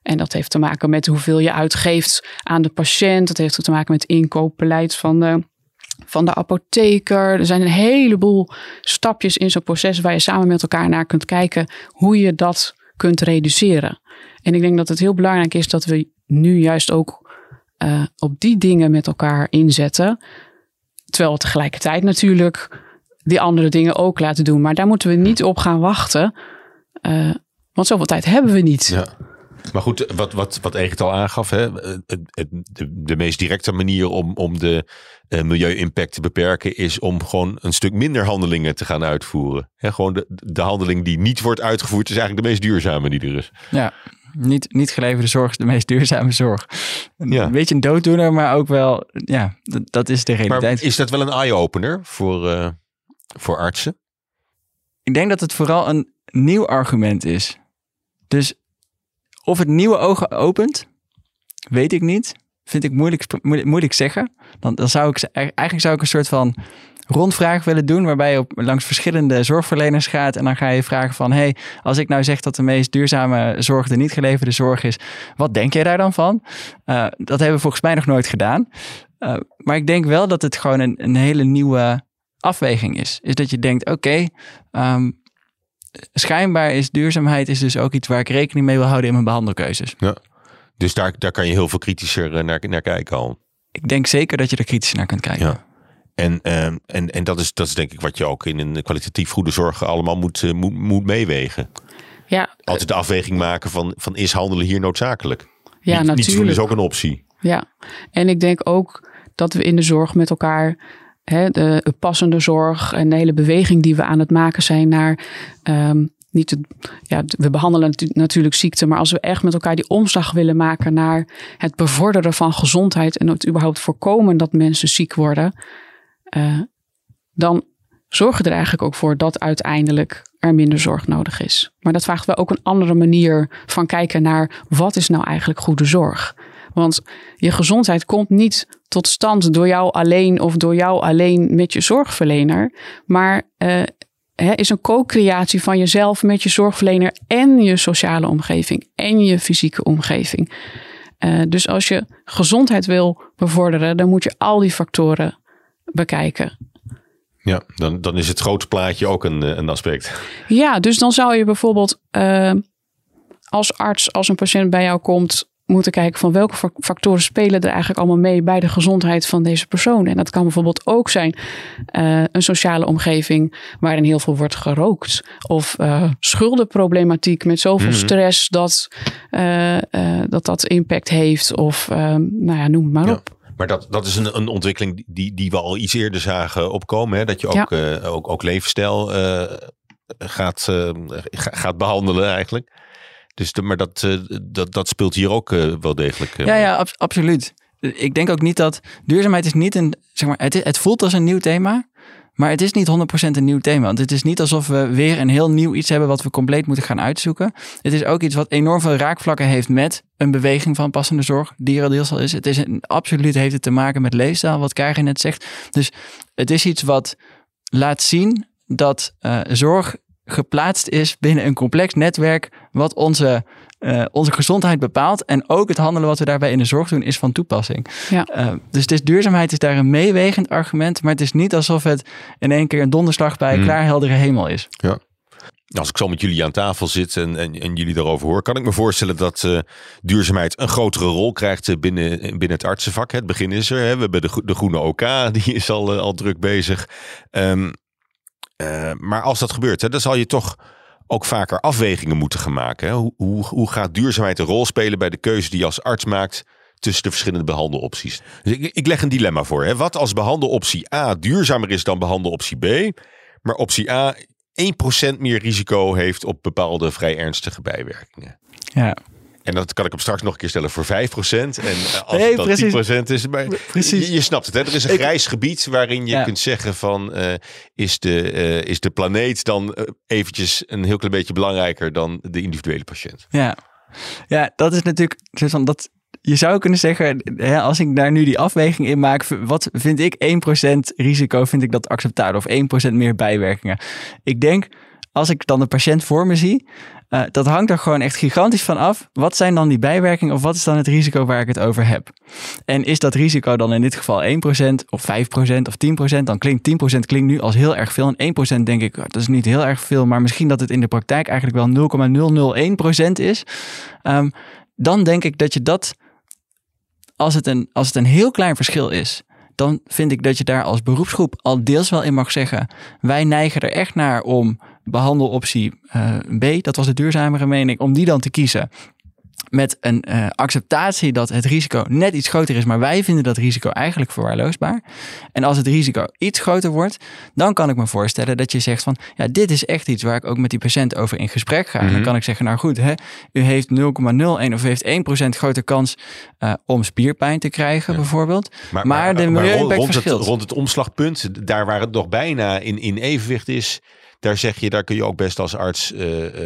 En dat heeft te maken met hoeveel je uitgeeft aan de patiënt. Dat heeft te maken met inkoopbeleid van de apotheker. Er zijn een heleboel stapjes in zo'n proces waar je samen met elkaar naar kunt kijken hoe je dat kunt reduceren. En ik denk dat het heel belangrijk is dat we nu juist ook op die dingen met elkaar inzetten. Terwijl we tegelijkertijd natuurlijk die andere dingen ook laten doen. Maar daar moeten we niet op gaan wachten. Want zoveel tijd hebben we niet. Ja. Maar goed, wat Egert al aangaf, hè, de meest directe manier om de milieu-impact te beperken is om gewoon een stuk minder handelingen te gaan uitvoeren. Hè, gewoon de handeling die niet wordt uitgevoerd is eigenlijk de meest duurzame die er is. Ja, niet geleverde zorg is de meest duurzame zorg. Ja. Een beetje een dooddoener, maar ook wel, ja, dat is de realiteit. Maar is dat wel een eye-opener voor artsen? Ik denk dat het vooral een nieuw argument is. Dus of het nieuwe ogen opent, weet ik niet. Vind ik moeilijk zeggen. Dan zou ik eigenlijk een soort van rondvraag willen doen, waarbij je langs verschillende zorgverleners gaat en dan ga je vragen van, hey, als ik nou zeg dat de meest duurzame zorg de niet geleverde zorg is, wat denk jij daar dan van? Dat hebben we volgens mij nog nooit gedaan. Maar ik denk wel dat het gewoon een hele nieuwe afweging is. Is dat je denkt, oké, schijnbaar is duurzaamheid is dus ook iets waar ik rekening mee wil houden in mijn behandelkeuzes. Ja. Dus daar kan je heel veel kritischer naar kijken al. Ik denk zeker dat je er kritisch naar kunt kijken. Ja. En dat is denk ik wat je ook in een kwalitatief goede zorg allemaal moet meewegen. Ja. Altijd de afweging maken van is handelen hier noodzakelijk? Ja, natuurlijk. Niet doen is ook een optie. Ja, en ik denk ook dat we in de zorg met elkaar, de passende zorg en de hele beweging die we aan het maken zijn naar we behandelen natuurlijk ziekte, maar als we echt met elkaar die omslag willen maken naar het bevorderen van gezondheid en het überhaupt voorkomen dat mensen ziek worden, dan zorgen we er eigenlijk ook voor dat uiteindelijk er minder zorg nodig is. Maar dat vraagt wel ook een andere manier van kijken naar wat is nou eigenlijk goede zorg. Want je gezondheid komt niet tot stand door jou alleen of door jou alleen met je zorgverlener, maar is een co-creatie van jezelf met je zorgverlener en je sociale omgeving en je fysieke omgeving. Dus als je gezondheid wil bevorderen, dan moet je al die factoren bekijken. Ja, dan is het grote plaatje ook een aspect. Ja, dus dan zou je bijvoorbeeld als arts, als een patiënt bij jou komt, moeten kijken van welke factoren spelen er eigenlijk allemaal mee bij de gezondheid van deze persoon. En dat kan bijvoorbeeld ook zijn een sociale omgeving waarin heel veel wordt gerookt. Of schuldenproblematiek met zoveel stress dat impact heeft. Of noem het maar op. Maar dat is een ontwikkeling die we al iets eerder zagen opkomen. Hè? Dat je ook levensstijl gaat behandelen eigenlijk. Dus maar dat speelt hier ook wel degelijk. Ja, absoluut. Ik denk ook niet dat duurzaamheid is niet een, zeg maar, het voelt als een nieuw thema, maar het is niet 100% een nieuw thema. Want het is niet alsof we weer een heel nieuw iets hebben wat we compleet moeten gaan uitzoeken. Het is ook iets wat enorm veel raakvlakken heeft met een beweging van passende zorg, die er al deels al is. Het is absoluut heeft het te maken met leefstijl, wat Karin net zegt. Dus het is iets wat laat zien dat zorg geplaatst is binnen een complex netwerk wat onze gezondheid bepaalt. En ook het handelen wat we daarbij in de zorg doen is van toepassing. Ja. Dus duurzaamheid is daar een meewegend argument. Maar het is niet alsof het in één keer een donderslag bij klaarheldere hemel is. Ja. Als ik zo met jullie aan tafel zit en jullie daarover hoor, kan ik me voorstellen dat duurzaamheid een grotere rol krijgt binnen het artsenvak. Het begin is er. Hè. We hebben de groene OK, die is al druk bezig. Maar als dat gebeurt, dan zal je toch ook vaker afwegingen moeten gaan maken. Hè? Hoe gaat duurzaamheid een rol spelen bij de keuze die je als arts maakt tussen de verschillende behandelopties? Dus ik leg een dilemma voor. Hè? Wat als behandeloptie A duurzamer is dan behandeloptie B, maar optie A 1% meer risico heeft op bepaalde vrij ernstige bijwerkingen? Ja. En dat kan ik hem straks nog een keer stellen voor 5%. En als het dan 10% is. Maar precies. Je snapt het, hè? Er is een grijs gebied waarin je kunt zeggen van is de planeet dan eventjes een heel klein beetje belangrijker dan de individuele patiënt. Ja, dat is natuurlijk dat. Je zou kunnen zeggen, als ik daar nu die afweging in maak, wat vind ik 1% risico, vind ik dat acceptabel? Of 1% meer bijwerkingen? Ik denk, als ik dan de patiënt voor me zie, dat hangt er gewoon echt gigantisch van af. Wat zijn dan die bijwerkingen of wat is dan het risico waar ik het over heb? En is dat risico dan in dit geval 1% of 5% of 10%? Dan klinkt 10% klinkt nu als heel erg veel. En 1% denk ik, dat is niet heel erg veel. Maar misschien dat het in de praktijk eigenlijk wel 0,001% is. Dan denk ik dat je dat, als het een heel klein verschil is, dan vind ik dat je daar als beroepsgroep al deels wel in mag zeggen, wij neigen er echt naar om behandeloptie B, dat was de duurzamere mening, om die dan te kiezen. Met een acceptatie dat het risico net iets groter is, maar wij vinden dat risico eigenlijk verwaarloosbaar. En als het risico iets groter wordt, dan kan ik me voorstellen dat je zegt van, ja, dit is echt iets waar ik ook met die patiënt over in gesprek ga. Dan kan ik zeggen, nou goed, u heeft 0,01 of u heeft 1% grote kans om spierpijn te krijgen bijvoorbeeld. Maar de milieu-impact verschilt. Rond het omslagpunt, daar waar het nog bijna in evenwicht is, daar zeg je, daar kun je ook best als arts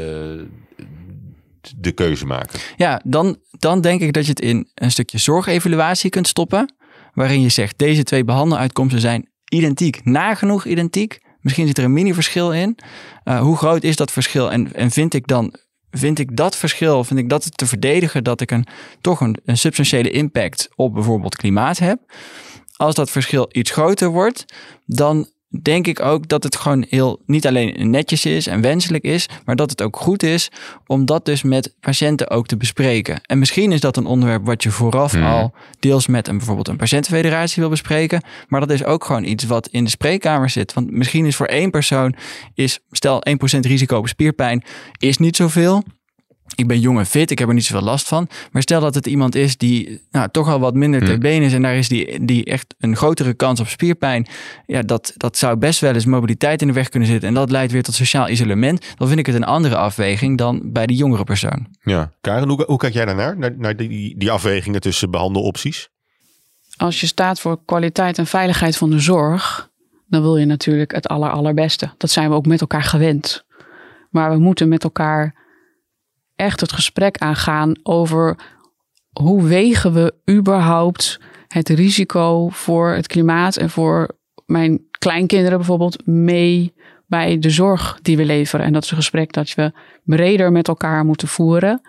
de keuze maken. Ja, dan denk ik dat je het in een stukje zorgevaluatie kunt stoppen, waarin je zegt, deze 2 behandeluitkomsten zijn identiek, nagenoeg identiek. Misschien zit er een mini-verschil in. Hoe groot is dat verschil? En vind ik dat verschil, vind ik dat het te verdedigen dat ik toch een substantiële impact op bijvoorbeeld klimaat heb? Als dat verschil iets groter wordt, dan denk ik ook dat het gewoon niet alleen netjes is en wenselijk is, maar dat het ook goed is om dat dus met patiënten ook te bespreken. En misschien is dat een onderwerp wat je vooraf al deels met bijvoorbeeld een patiëntenfederatie wil bespreken, maar dat is ook gewoon iets wat in de spreekkamer zit. Want misschien is voor 1 persoon, stel 1% risico op spierpijn, is niet zoveel. Ik ben jong en fit, ik heb er niet zoveel last van. Maar stel dat het iemand is die toch al wat minder ter been is en daar is die echt een grotere kans op spierpijn. Ja, dat zou best wel eens mobiliteit in de weg kunnen zitten. En dat leidt weer tot sociaal isolement. Dan vind ik het een andere afweging dan bij de jongere persoon. Ja, Karen, hoe kijk jij daarnaar? Naar die afwegingen tussen behandelopties? Als je staat voor kwaliteit en veiligheid van de zorg, dan wil je natuurlijk het allerbeste. Dat zijn we ook met elkaar gewend. Maar we moeten met elkaar echt het gesprek aangaan over hoe wegen we überhaupt het risico voor het klimaat en voor mijn kleinkinderen bijvoorbeeld mee bij de zorg die we leveren. En dat is een gesprek dat we breder met elkaar moeten voeren.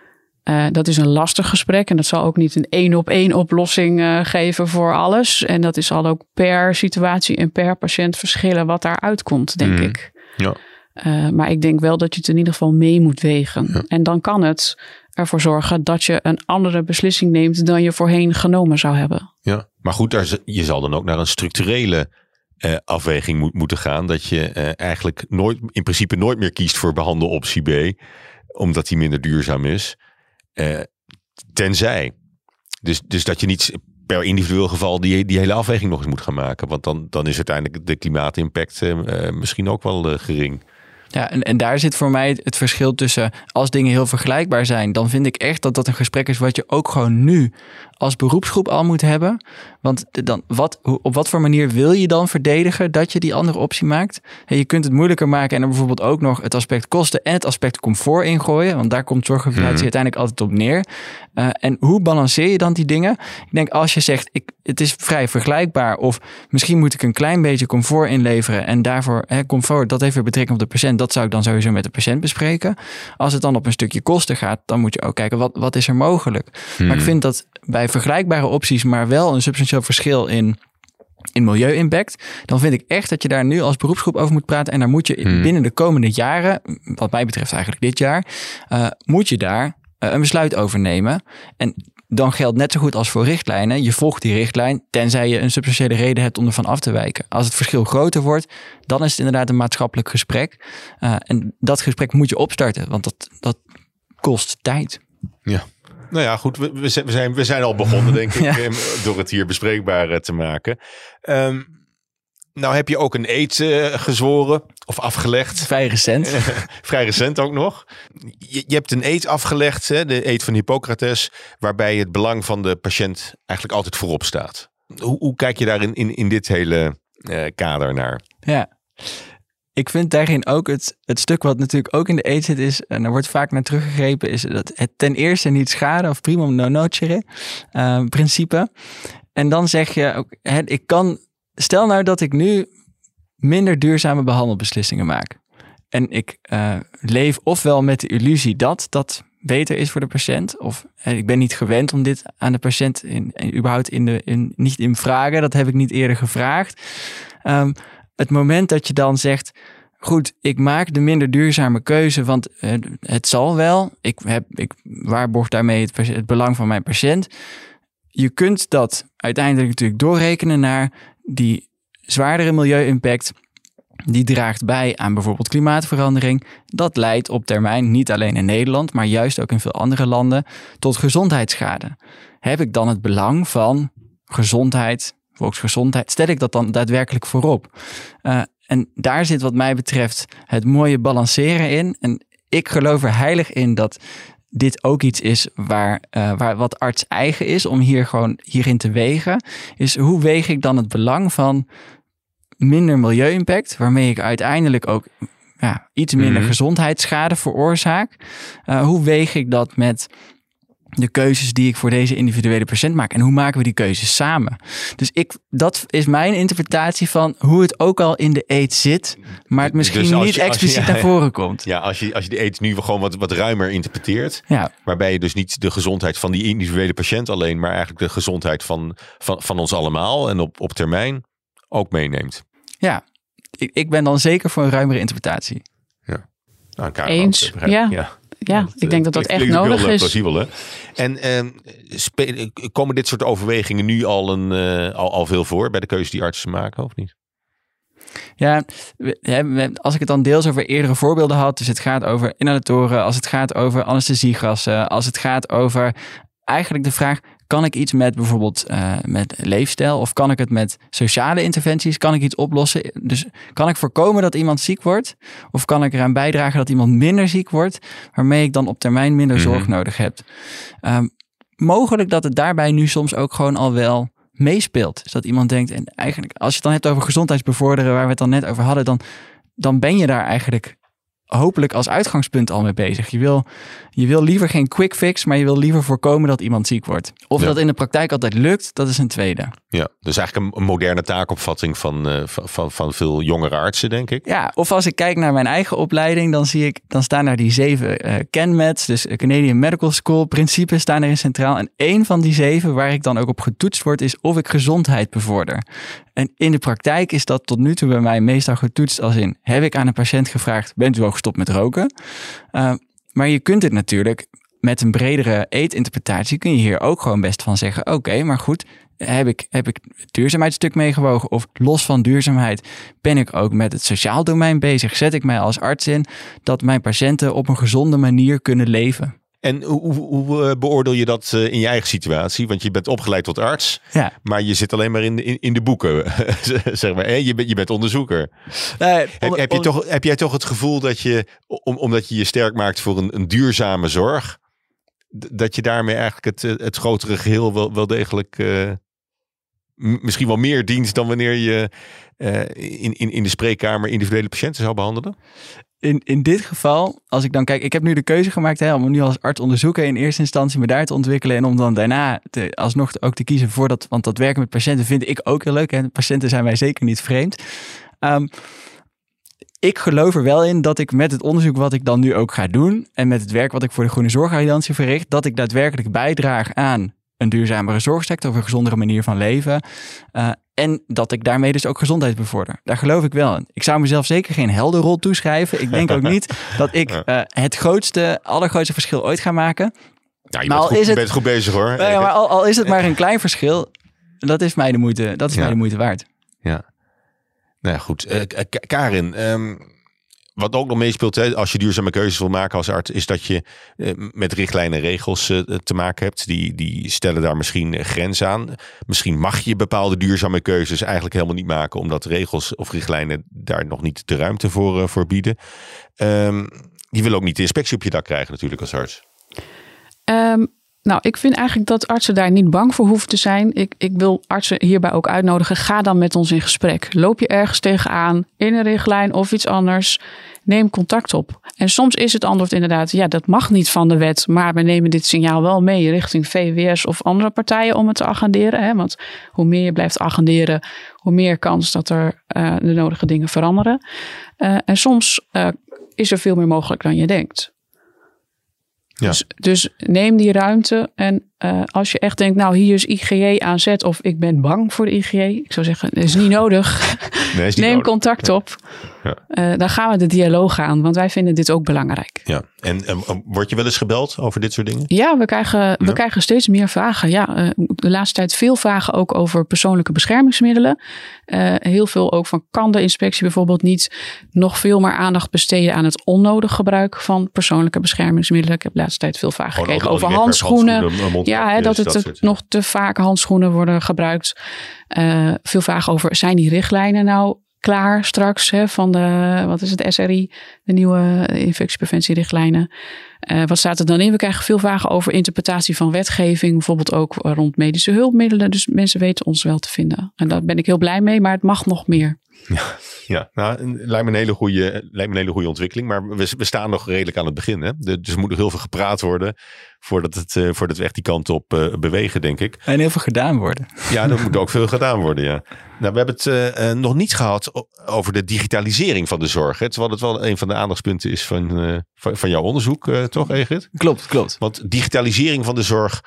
Dat is een lastig gesprek en dat zal ook niet een 1-op-1 oplossing geven voor alles. En dat zal ook per situatie en per patiënt verschillen wat daar uitkomt, denk ik. Ja. Maar ik denk wel dat je het in ieder geval mee moet wegen. Ja. En dan kan het ervoor zorgen dat je een andere beslissing neemt dan je voorheen genomen zou hebben. Ja, maar goed, je zal dan ook naar een structurele afweging moeten gaan. Dat je eigenlijk in principe nooit meer kiest voor behandeloptie B. Omdat die minder duurzaam is. Tenzij. Dus dat je niet per individueel geval die hele afweging nog eens moet gaan maken. Want dan is uiteindelijk de klimaatimpact misschien ook wel gering. Ja, en daar zit voor mij het verschil tussen, als dingen heel vergelijkbaar zijn, dan vind ik echt dat dat een gesprek is wat je ook gewoon nu als beroepsgroep al moet hebben. Want op wat voor manier wil je dan verdedigen dat je die andere optie maakt? Je kunt het moeilijker maken en er bijvoorbeeld ook nog het aspect kosten en het aspect comfort ingooien. Want daar komt zorgorganisatie uiteindelijk altijd op neer. En hoe balanceer je dan die dingen? Ik denk als je zegt, het is vrij vergelijkbaar of misschien moet ik een klein beetje comfort inleveren en daarvoor comfort, dat heeft weer betrekking op de patiënt. Dat zou ik dan sowieso met de patiënt bespreken. Als het dan op een stukje kosten gaat, dan moet je ook kijken wat is er mogelijk. Maar ik vind dat bij vergelijkbare opties, maar wel een substantieel verschil in milieu-impact, dan vind ik echt dat je daar nu als beroepsgroep over moet praten. En daar moet je binnen de komende jaren, wat mij betreft eigenlijk dit jaar, moet je daar een besluit over nemen. En dan geldt net zo goed als voor richtlijnen. Je volgt die richtlijn, tenzij je een substantiële reden hebt om ervan af te wijken. Als het verschil groter wordt, dan is het inderdaad een maatschappelijk gesprek. En dat gesprek moet je opstarten, want dat kost tijd. Ja. Nou ja, goed. We zijn al begonnen, denk ik, door het hier bespreekbaar te maken. Nou heb je ook een eed gezworen of afgelegd. Vrij recent. Vrij recent ook nog. Je hebt een eed afgelegd, de eed van Hippocrates, waarbij het belang van de patiënt eigenlijk altijd voorop staat. Hoe kijk je daar in dit hele kader naar? Ja, ik vind daarin ook het stuk wat natuurlijk ook in de eed zit is, en er wordt vaak naar teruggegrepen, is dat het ten eerste niet schaden of primum non nocere principe. En dan zeg je ook, stel nou dat ik nu minder duurzame behandelbeslissingen maak. En ik leef ofwel met de illusie dat dat beter is voor de patiënt. Of ik ben niet gewend om dit aan de patiënt überhaupt niet in vragen. Dat heb ik niet eerder gevraagd. Het moment dat je dan zegt, goed, ik maak de minder duurzame keuze, want het zal wel. Ik waarborg daarmee het belang van mijn patiënt. Je kunt dat uiteindelijk natuurlijk doorrekenen naar die zwaardere milieu-impact. Die draagt bij aan bijvoorbeeld klimaatverandering. Dat leidt op termijn, niet alleen in Nederland, maar juist ook in veel andere landen, tot gezondheidsschade. Heb ik dan het belang van gezondheid, volksgezondheid, stel ik dat dan daadwerkelijk voorop? En daar zit wat mij betreft het mooie balanceren in. En ik geloof er heilig in dat dit ook iets is waar wat arts eigen is om hierin te wegen. Is hoe weeg ik dan het belang van minder milieu-impact, waarmee ik uiteindelijk ook iets minder gezondheidsschade veroorzaak. Hoe weeg ik dat met de keuzes die ik voor deze individuele patiënt maak? En hoe maken we die keuzes samen? Dus dat is mijn interpretatie van hoe het ook al in de aids zit, maar het misschien niet expliciet naar voren komt. Ja, als je de aids nu gewoon wat ruimer interpreteert, waarbij je dus niet de gezondheid van die individuele patiënt alleen, maar eigenlijk de gezondheid van ons allemaal en op termijn ook meeneemt. Ja, ik ben dan zeker voor een ruimere interpretatie. Ja, nou, eens. Ja, ik denk dat echt nodig is. Plausibel, hè? En komen dit soort overwegingen nu al veel voor bij de keuzes die artsen maken, of niet? Ja, als ik het dan deels over eerdere voorbeelden had, dus het gaat over inhalatoren, als het gaat over anesthesiegassen, als het gaat over eigenlijk de vraag, kan ik iets met bijvoorbeeld met leefstijl of kan ik het met sociale interventies, kan ik iets oplossen? Dus kan ik voorkomen dat iemand ziek wordt of kan ik eraan bijdragen dat iemand minder ziek wordt, waarmee ik dan op termijn minder zorg nodig heb? Mogelijk dat het daarbij nu soms ook gewoon al wel meespeelt. Dus dat iemand denkt, en eigenlijk als je het dan hebt over gezondheidsbevorderen, waar we het dan net over hadden, dan ben je daar eigenlijk hopelijk als uitgangspunt al mee bezig. Je wil liever geen quick fix, maar je wil liever voorkomen dat iemand ziek wordt. Of dat in de praktijk altijd lukt, dat is een tweede. Ja, dus eigenlijk een moderne taakopvatting van veel jongere artsen, denk ik. Ja, of als ik kijk naar mijn eigen opleiding, dan staan daar die 7 CanMeds, dus Canadian Medical School principes staan erin centraal. En 1 van die 7, waar ik dan ook op getoetst word, is of ik gezondheid bevorder. En in de praktijk is dat tot nu toe bij mij meestal getoetst als in, heb ik aan een patiënt gevraagd, bent u al gestopt met roken? Maar je kunt het natuurlijk met een bredere eetinterpretatie kun je hier ook gewoon best van zeggen, oké, maar goed, heb ik het duurzaamheidsstuk meegewogen of los van duurzaamheid ben ik ook met het sociaal domein bezig? Zet ik mij als arts in dat mijn patiënten op een gezonde manier kunnen leven? En hoe beoordeel je dat in je eigen situatie? Want je bent opgeleid tot arts, maar je zit alleen maar in de boeken, zeg maar. Je bent onderzoeker. Heb jij toch het gevoel dat je, omdat je je sterk maakt voor een duurzame zorg, dat je daarmee eigenlijk het grotere geheel wel degelijk misschien wel meer dient dan wanneer je in de spreekkamer individuele patiënten zou behandelen? In dit geval, als ik dan kijk, ik heb nu de keuze gemaakt om nu als arts onderzoeken in eerste instantie me daar te ontwikkelen en om dan daarna alsnog ook te kiezen voor dat, want dat werken met patiënten vind ik ook heel leuk. Hè? Patiënten zijn mij zeker niet vreemd. Ik geloof er wel in dat ik met het onderzoek wat ik dan nu ook ga doen en met het werk wat ik voor de Groene Zorgalliantie verricht, dat ik daadwerkelijk bijdraag aan een duurzamere zorgsector of een gezondere manier van leven. En dat ik daarmee dus ook gezondheid bevorder. Daar geloof ik wel in. Ik zou mezelf zeker geen heldenrol toeschrijven. Ik denk ook niet dat ik het allergrootste verschil ooit ga maken. Ja, je bent goed bezig hoor. Maar al is het maar een klein verschil, dat is mij de moeite, mij de moeite waard. Ja. Nou ja, goed. Karin, wat ook nog meespeelt, hè, als je duurzame keuzes wil maken als arts, is dat je met richtlijnen en regels te maken hebt. Die stellen daar misschien grenzen aan. Misschien mag je bepaalde duurzame keuzes eigenlijk helemaal niet maken, omdat regels of richtlijnen daar nog niet de ruimte voor bieden. Je wil ook niet de inspectie op je dak krijgen natuurlijk als arts. Nou, ik vind eigenlijk dat artsen daar niet bang voor hoeven te zijn. Ik wil artsen hierbij ook uitnodigen. Ga dan met ons in gesprek. Loop je ergens tegenaan in een richtlijn of iets anders? Neem contact op. En soms is het antwoord inderdaad, ja, dat mag niet van de wet. Maar we nemen dit signaal wel mee richting VWS of andere partijen om het te agenderen. Hè? Want hoe meer je blijft agenderen, hoe meer kans dat er de nodige dingen veranderen. En soms is er veel meer mogelijk dan je denkt. Ja. Dus neem die ruimte en als je echt denkt, nou hier is IGJ aan zet of ik ben bang voor de IGJ. Ik zou zeggen, dat is niet nodig. Nee, is niet Neem nodig. Contact op. Ja. Dan gaan we de dialoog aan, want wij vinden dit ook belangrijk. Ja. En word je wel eens gebeld over dit soort dingen? Ja, we krijgen steeds meer vragen. Ja, de laatste tijd veel vragen ook over persoonlijke beschermingsmiddelen. Heel veel ook van, kan de inspectie bijvoorbeeld niet nog veel meer aandacht besteden aan het onnodig gebruik van persoonlijke beschermingsmiddelen? Ik heb de laatste tijd veel vragen gekregen over handschoenen. Ja, dat het nog te vaak handschoenen worden gebruikt. Veel vragen over, zijn die richtlijnen nou klaar straks van de SRI, de nieuwe infectiepreventierichtlijnen. Wat staat er dan in? We krijgen veel vragen over interpretatie van wetgeving, bijvoorbeeld ook rond medische hulpmiddelen. Dus mensen weten ons wel te vinden. En daar ben ik heel blij mee, maar het mag nog meer. Ja, nou, lijkt me een hele goede ontwikkeling. Maar we staan nog redelijk aan het begin. Hè? Dus er moet nog heel veel gepraat worden voordat we echt die kant op bewegen, denk ik. En heel veel gedaan worden. Ja, er moet ook veel gedaan worden, ja. Nou, we hebben het nog niet gehad over de digitalisering van de zorg. Hè? Terwijl het wel een van de aandachtspunten is van jouw onderzoek, toch, Egert? Klopt. Want digitalisering van de zorg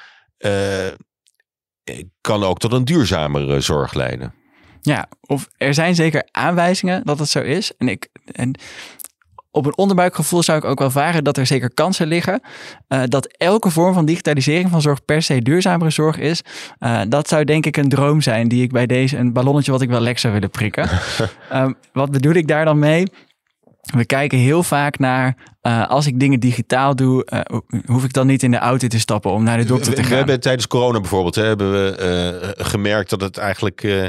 kan ook tot een duurzamere zorg leiden. Ja, of er zijn zeker aanwijzingen dat het zo is. En op een onderbuikgevoel zou ik ook wel varen dat er zeker kansen liggen. Dat elke vorm van digitalisering van zorg per se duurzamere zorg is. Dat zou denk ik een droom zijn die ik bij deze, een ballonnetje wat ik wel lek zou willen prikken. Wat bedoel ik daar dan mee? We kijken heel vaak naar, als ik dingen digitaal doe, hoef ik dan niet in de auto te stappen om naar de dokter te gaan. We hebben tijdens corona bijvoorbeeld gemerkt dat het eigenlijk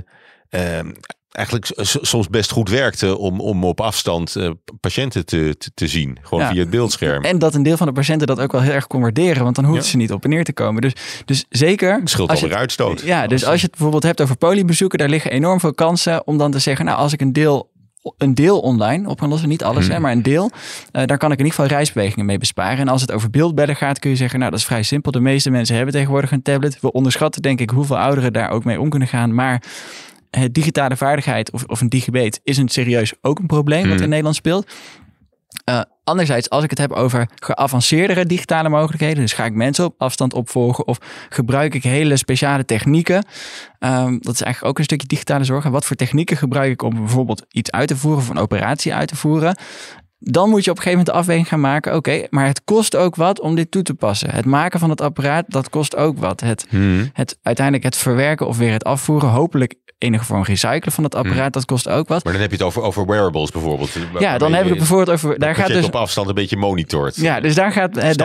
soms best goed werkte om op afstand patiënten te zien. Gewoon via het beeldscherm. En dat een deel van de patiënten dat ook wel heel erg kon waarderen. Want dan hoefden ze niet op en neer te komen. Dus zeker... Het scheelt alweer uitstoot. Ja, dus als je het bijvoorbeeld hebt over poliebezoeken, daar liggen enorm veel kansen om dan te zeggen, nou, als ik een deel online op kan lossen, niet alles, maar een deel. Daar kan ik in ieder geval reisbewegingen mee besparen. En als het over beeldbellen gaat, kun je zeggen, nou, dat is vrij simpel. De meeste mensen hebben tegenwoordig een tablet. We onderschatten, denk ik, hoeveel ouderen daar ook mee om kunnen gaan. Maar digitale vaardigheid of een digibeet is serieus ook een probleem wat in Nederland speelt. Anderzijds, als ik het heb over geavanceerdere digitale mogelijkheden, dus ga ik mensen op afstand opvolgen of gebruik ik hele speciale technieken. Dat is eigenlijk ook een stukje digitale zorg. En wat voor technieken gebruik ik om bijvoorbeeld iets uit te voeren of een operatie uit te voeren? Dan moet je op een gegeven moment de afweging gaan maken. Oké, maar het kost ook wat om dit toe te passen. Het maken van het apparaat, dat kost ook wat. Uiteindelijk het verwerken of weer het afvoeren, hopelijk enige vorm recyclen van het apparaat, dat kost ook wat. Maar dan heb je het over wearables bijvoorbeeld. Ja, dan heb ik het bijvoorbeeld over... Daar gaat dus op afstand een beetje monitort. Ja, dus daar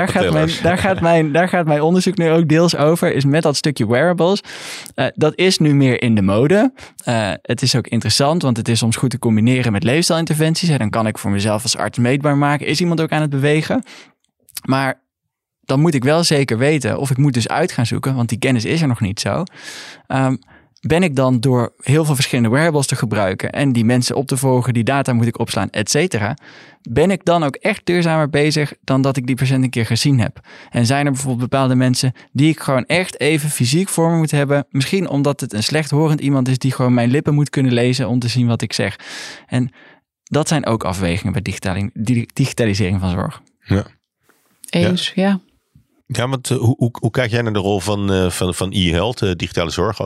gaat mijn onderzoek nu ook deels over, is met dat stukje wearables. Dat is nu meer in de mode. Het is ook interessant, want het is soms goed te combineren met leefstijlinterventies. Dan kan ik voor mezelf als arts meetbaar maken, is iemand ook aan het bewegen? Maar dan moet ik wel zeker weten, of ik moet dus uit gaan zoeken, want die kennis is er nog niet zo. Ben ik dan door heel veel verschillende wearables te gebruiken en die mensen op te volgen, die data moet ik opslaan, et cetera. Ben ik dan ook echt duurzamer bezig dan dat ik die patiënt een keer gezien heb? En zijn er bijvoorbeeld bepaalde mensen die ik gewoon echt even fysiek voor me moet hebben? Misschien omdat het een slechthorend iemand is die gewoon mijn lippen moet kunnen lezen om te zien wat ik zeg. En dat zijn ook afwegingen bij digitalisering van zorg. Ja. Eens, ja. Ja, want hoe kijk jij naar de rol van e-health, digitale zorg,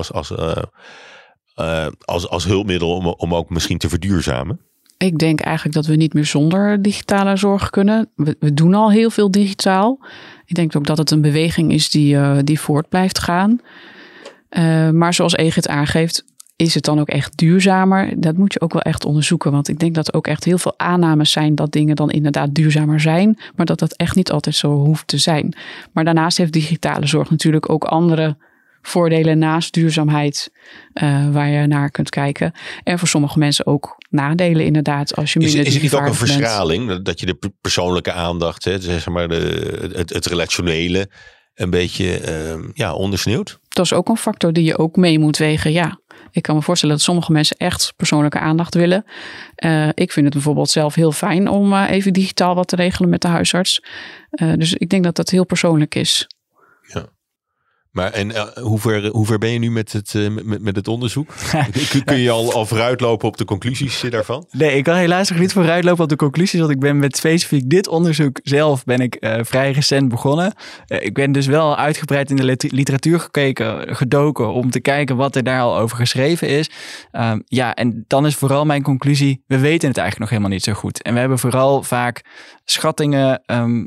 als hulpmiddel om ook misschien te verduurzamen? Ik denk eigenlijk dat we niet meer zonder digitale zorg kunnen. We doen al heel veel digitaal. Ik denk ook dat het een beweging is die voort blijft gaan. Maar zoals Egert aangeeft, is het dan ook echt duurzamer? Dat moet je ook wel echt onderzoeken. Want ik denk dat er ook echt heel veel aannames zijn dat dingen dan inderdaad duurzamer zijn. Maar dat dat echt niet altijd zo hoeft te zijn. Maar daarnaast heeft digitale zorg natuurlijk ook andere voordelen naast duurzaamheid waar je naar kunt kijken. En voor sommige mensen ook nadelen inderdaad. Als je is het niet ook een verschraling? Dat je de persoonlijke aandacht, zeg maar het relationele een beetje ondersneeuwt? Dat is ook een factor die je ook mee moet wegen, ja. Ik kan me voorstellen dat sommige mensen echt persoonlijke aandacht willen. Ik vind het bijvoorbeeld zelf heel fijn om even digitaal wat te regelen met de huisarts. Dus ik denk dat dat heel persoonlijk is. Ja. Maar hoe ver ben je nu met het onderzoek? Kun je al vooruitlopen op de conclusies daarvan? Nee, ik kan helaas nog niet vooruitlopen op de conclusies. Want ik ben met specifiek dit onderzoek zelf vrij recent begonnen. Ik ben dus wel uitgebreid in de literatuur gedoken om te kijken wat er daar al over geschreven is. En dan is vooral mijn conclusie, we weten het eigenlijk nog helemaal niet zo goed. En we hebben vooral vaak schattingen,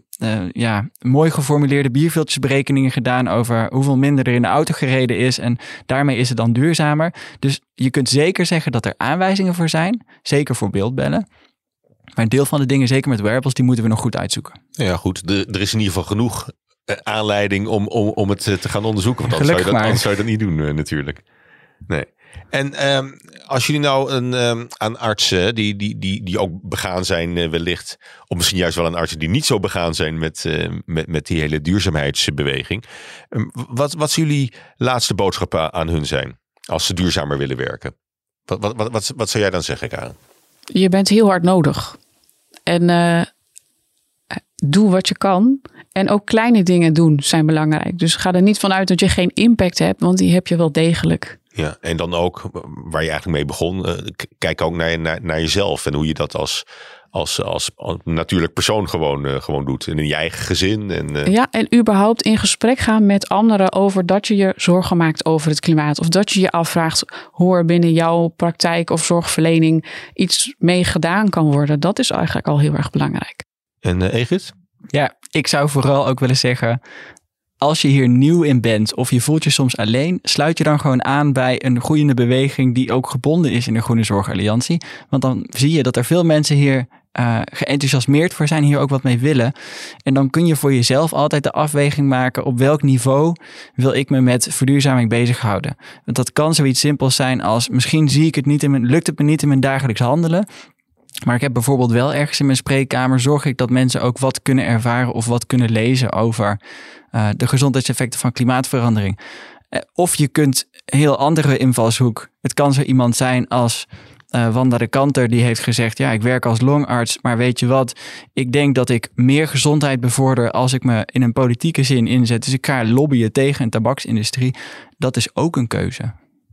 mooi geformuleerde bierviltjesberekeningen gedaan over hoeveel minder er in de auto gereden is en daarmee is het dan duurzamer. Dus je kunt zeker zeggen dat er aanwijzingen voor zijn, zeker voor beeldbellen. Maar een deel van de dingen, zeker met wearables, die moeten we nog goed uitzoeken. Ja goed, er is in ieder geval genoeg aanleiding om het te gaan onderzoeken, want anders zou je dat niet doen natuurlijk. Nee. En als jullie nou aan artsen die ook begaan zijn wellicht, of misschien juist wel aan artsen die niet zo begaan zijn met die hele duurzaamheidsbeweging. Wat zullen jullie laatste boodschappen aan hun zijn als ze duurzamer willen werken? Wat zou jij dan zeggen, Karen? Je bent heel hard nodig. En doe wat je kan. En ook kleine dingen doen zijn belangrijk. Dus ga er niet vanuit dat je geen impact hebt, want die heb je wel degelijk. Ja, en dan ook, waar je eigenlijk mee begon, kijk ook naar jezelf en hoe je dat als natuurlijk persoon gewoon doet. En in je eigen gezin. En überhaupt in gesprek gaan met anderen over dat je je zorgen maakt over het klimaat. Of dat je je afvraagt hoe er binnen jouw praktijk of zorgverlening iets mee gedaan kan worden. Dat is eigenlijk al heel erg belangrijk. En Egid? Ja, ik zou vooral ook willen zeggen, als je hier nieuw in bent of je voelt je soms alleen, sluit je dan gewoon aan bij een groeiende beweging die ook gebonden is in de Groene Zorgalliantie. Want dan zie je dat er veel mensen hier geenthousiasmeerd voor zijn, hier ook wat mee willen. En dan kun je voor jezelf altijd de afweging maken op welk niveau wil ik me met verduurzaming bezighouden. Want dat kan zoiets simpels zijn als misschien lukt het me niet in mijn dagelijks handelen. Maar ik heb bijvoorbeeld wel ergens in mijn spreekkamer, zorg ik dat mensen ook wat kunnen ervaren of wat kunnen lezen over de gezondheidseffecten van klimaatverandering. Of je kunt een heel andere invalshoek. Het kan zo iemand zijn als Wanda de Kanter, die heeft gezegd, ja, ik werk als longarts, maar weet je wat? Ik denk dat ik meer gezondheid bevorder als ik me in een politieke zin inzet. Dus ik ga lobbyen tegen een tabaksindustrie. Dat is ook een keuze.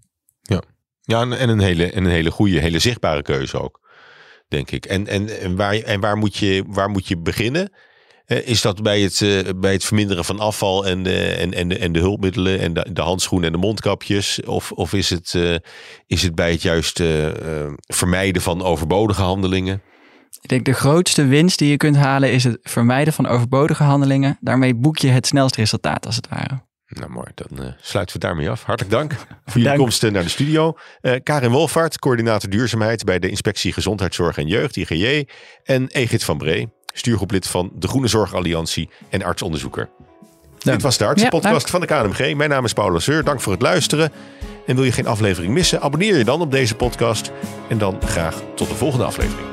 Ja, en een hele goede, hele zichtbare keuze ook, denk ik. En waar moet je beginnen? Is dat bij het verminderen van afval en de hulpmiddelen en de handschoenen en de mondkapjes? Of is het bij het juist vermijden van overbodige handelingen? Ik denk de grootste winst die je kunt halen is het vermijden van overbodige handelingen. Daarmee boek je het snelst resultaat als het ware. Nou mooi, dan sluiten we daarmee af. Hartelijk dank voor jullie komst naar de studio. Karin Wolvaert, coördinator duurzaamheid bij de Inspectie Gezondheidszorg en Jeugd, IGJ. En Egid van Bree, stuurgroeplid van de Groene Zorgalliantie en artsonderzoeker. Dit was de artsenpodcast van de KNMG. Mijn naam is Paul Lasseur. Dank voor het luisteren. En wil je geen aflevering missen? Abonneer je dan op deze podcast. En dan graag tot de volgende aflevering.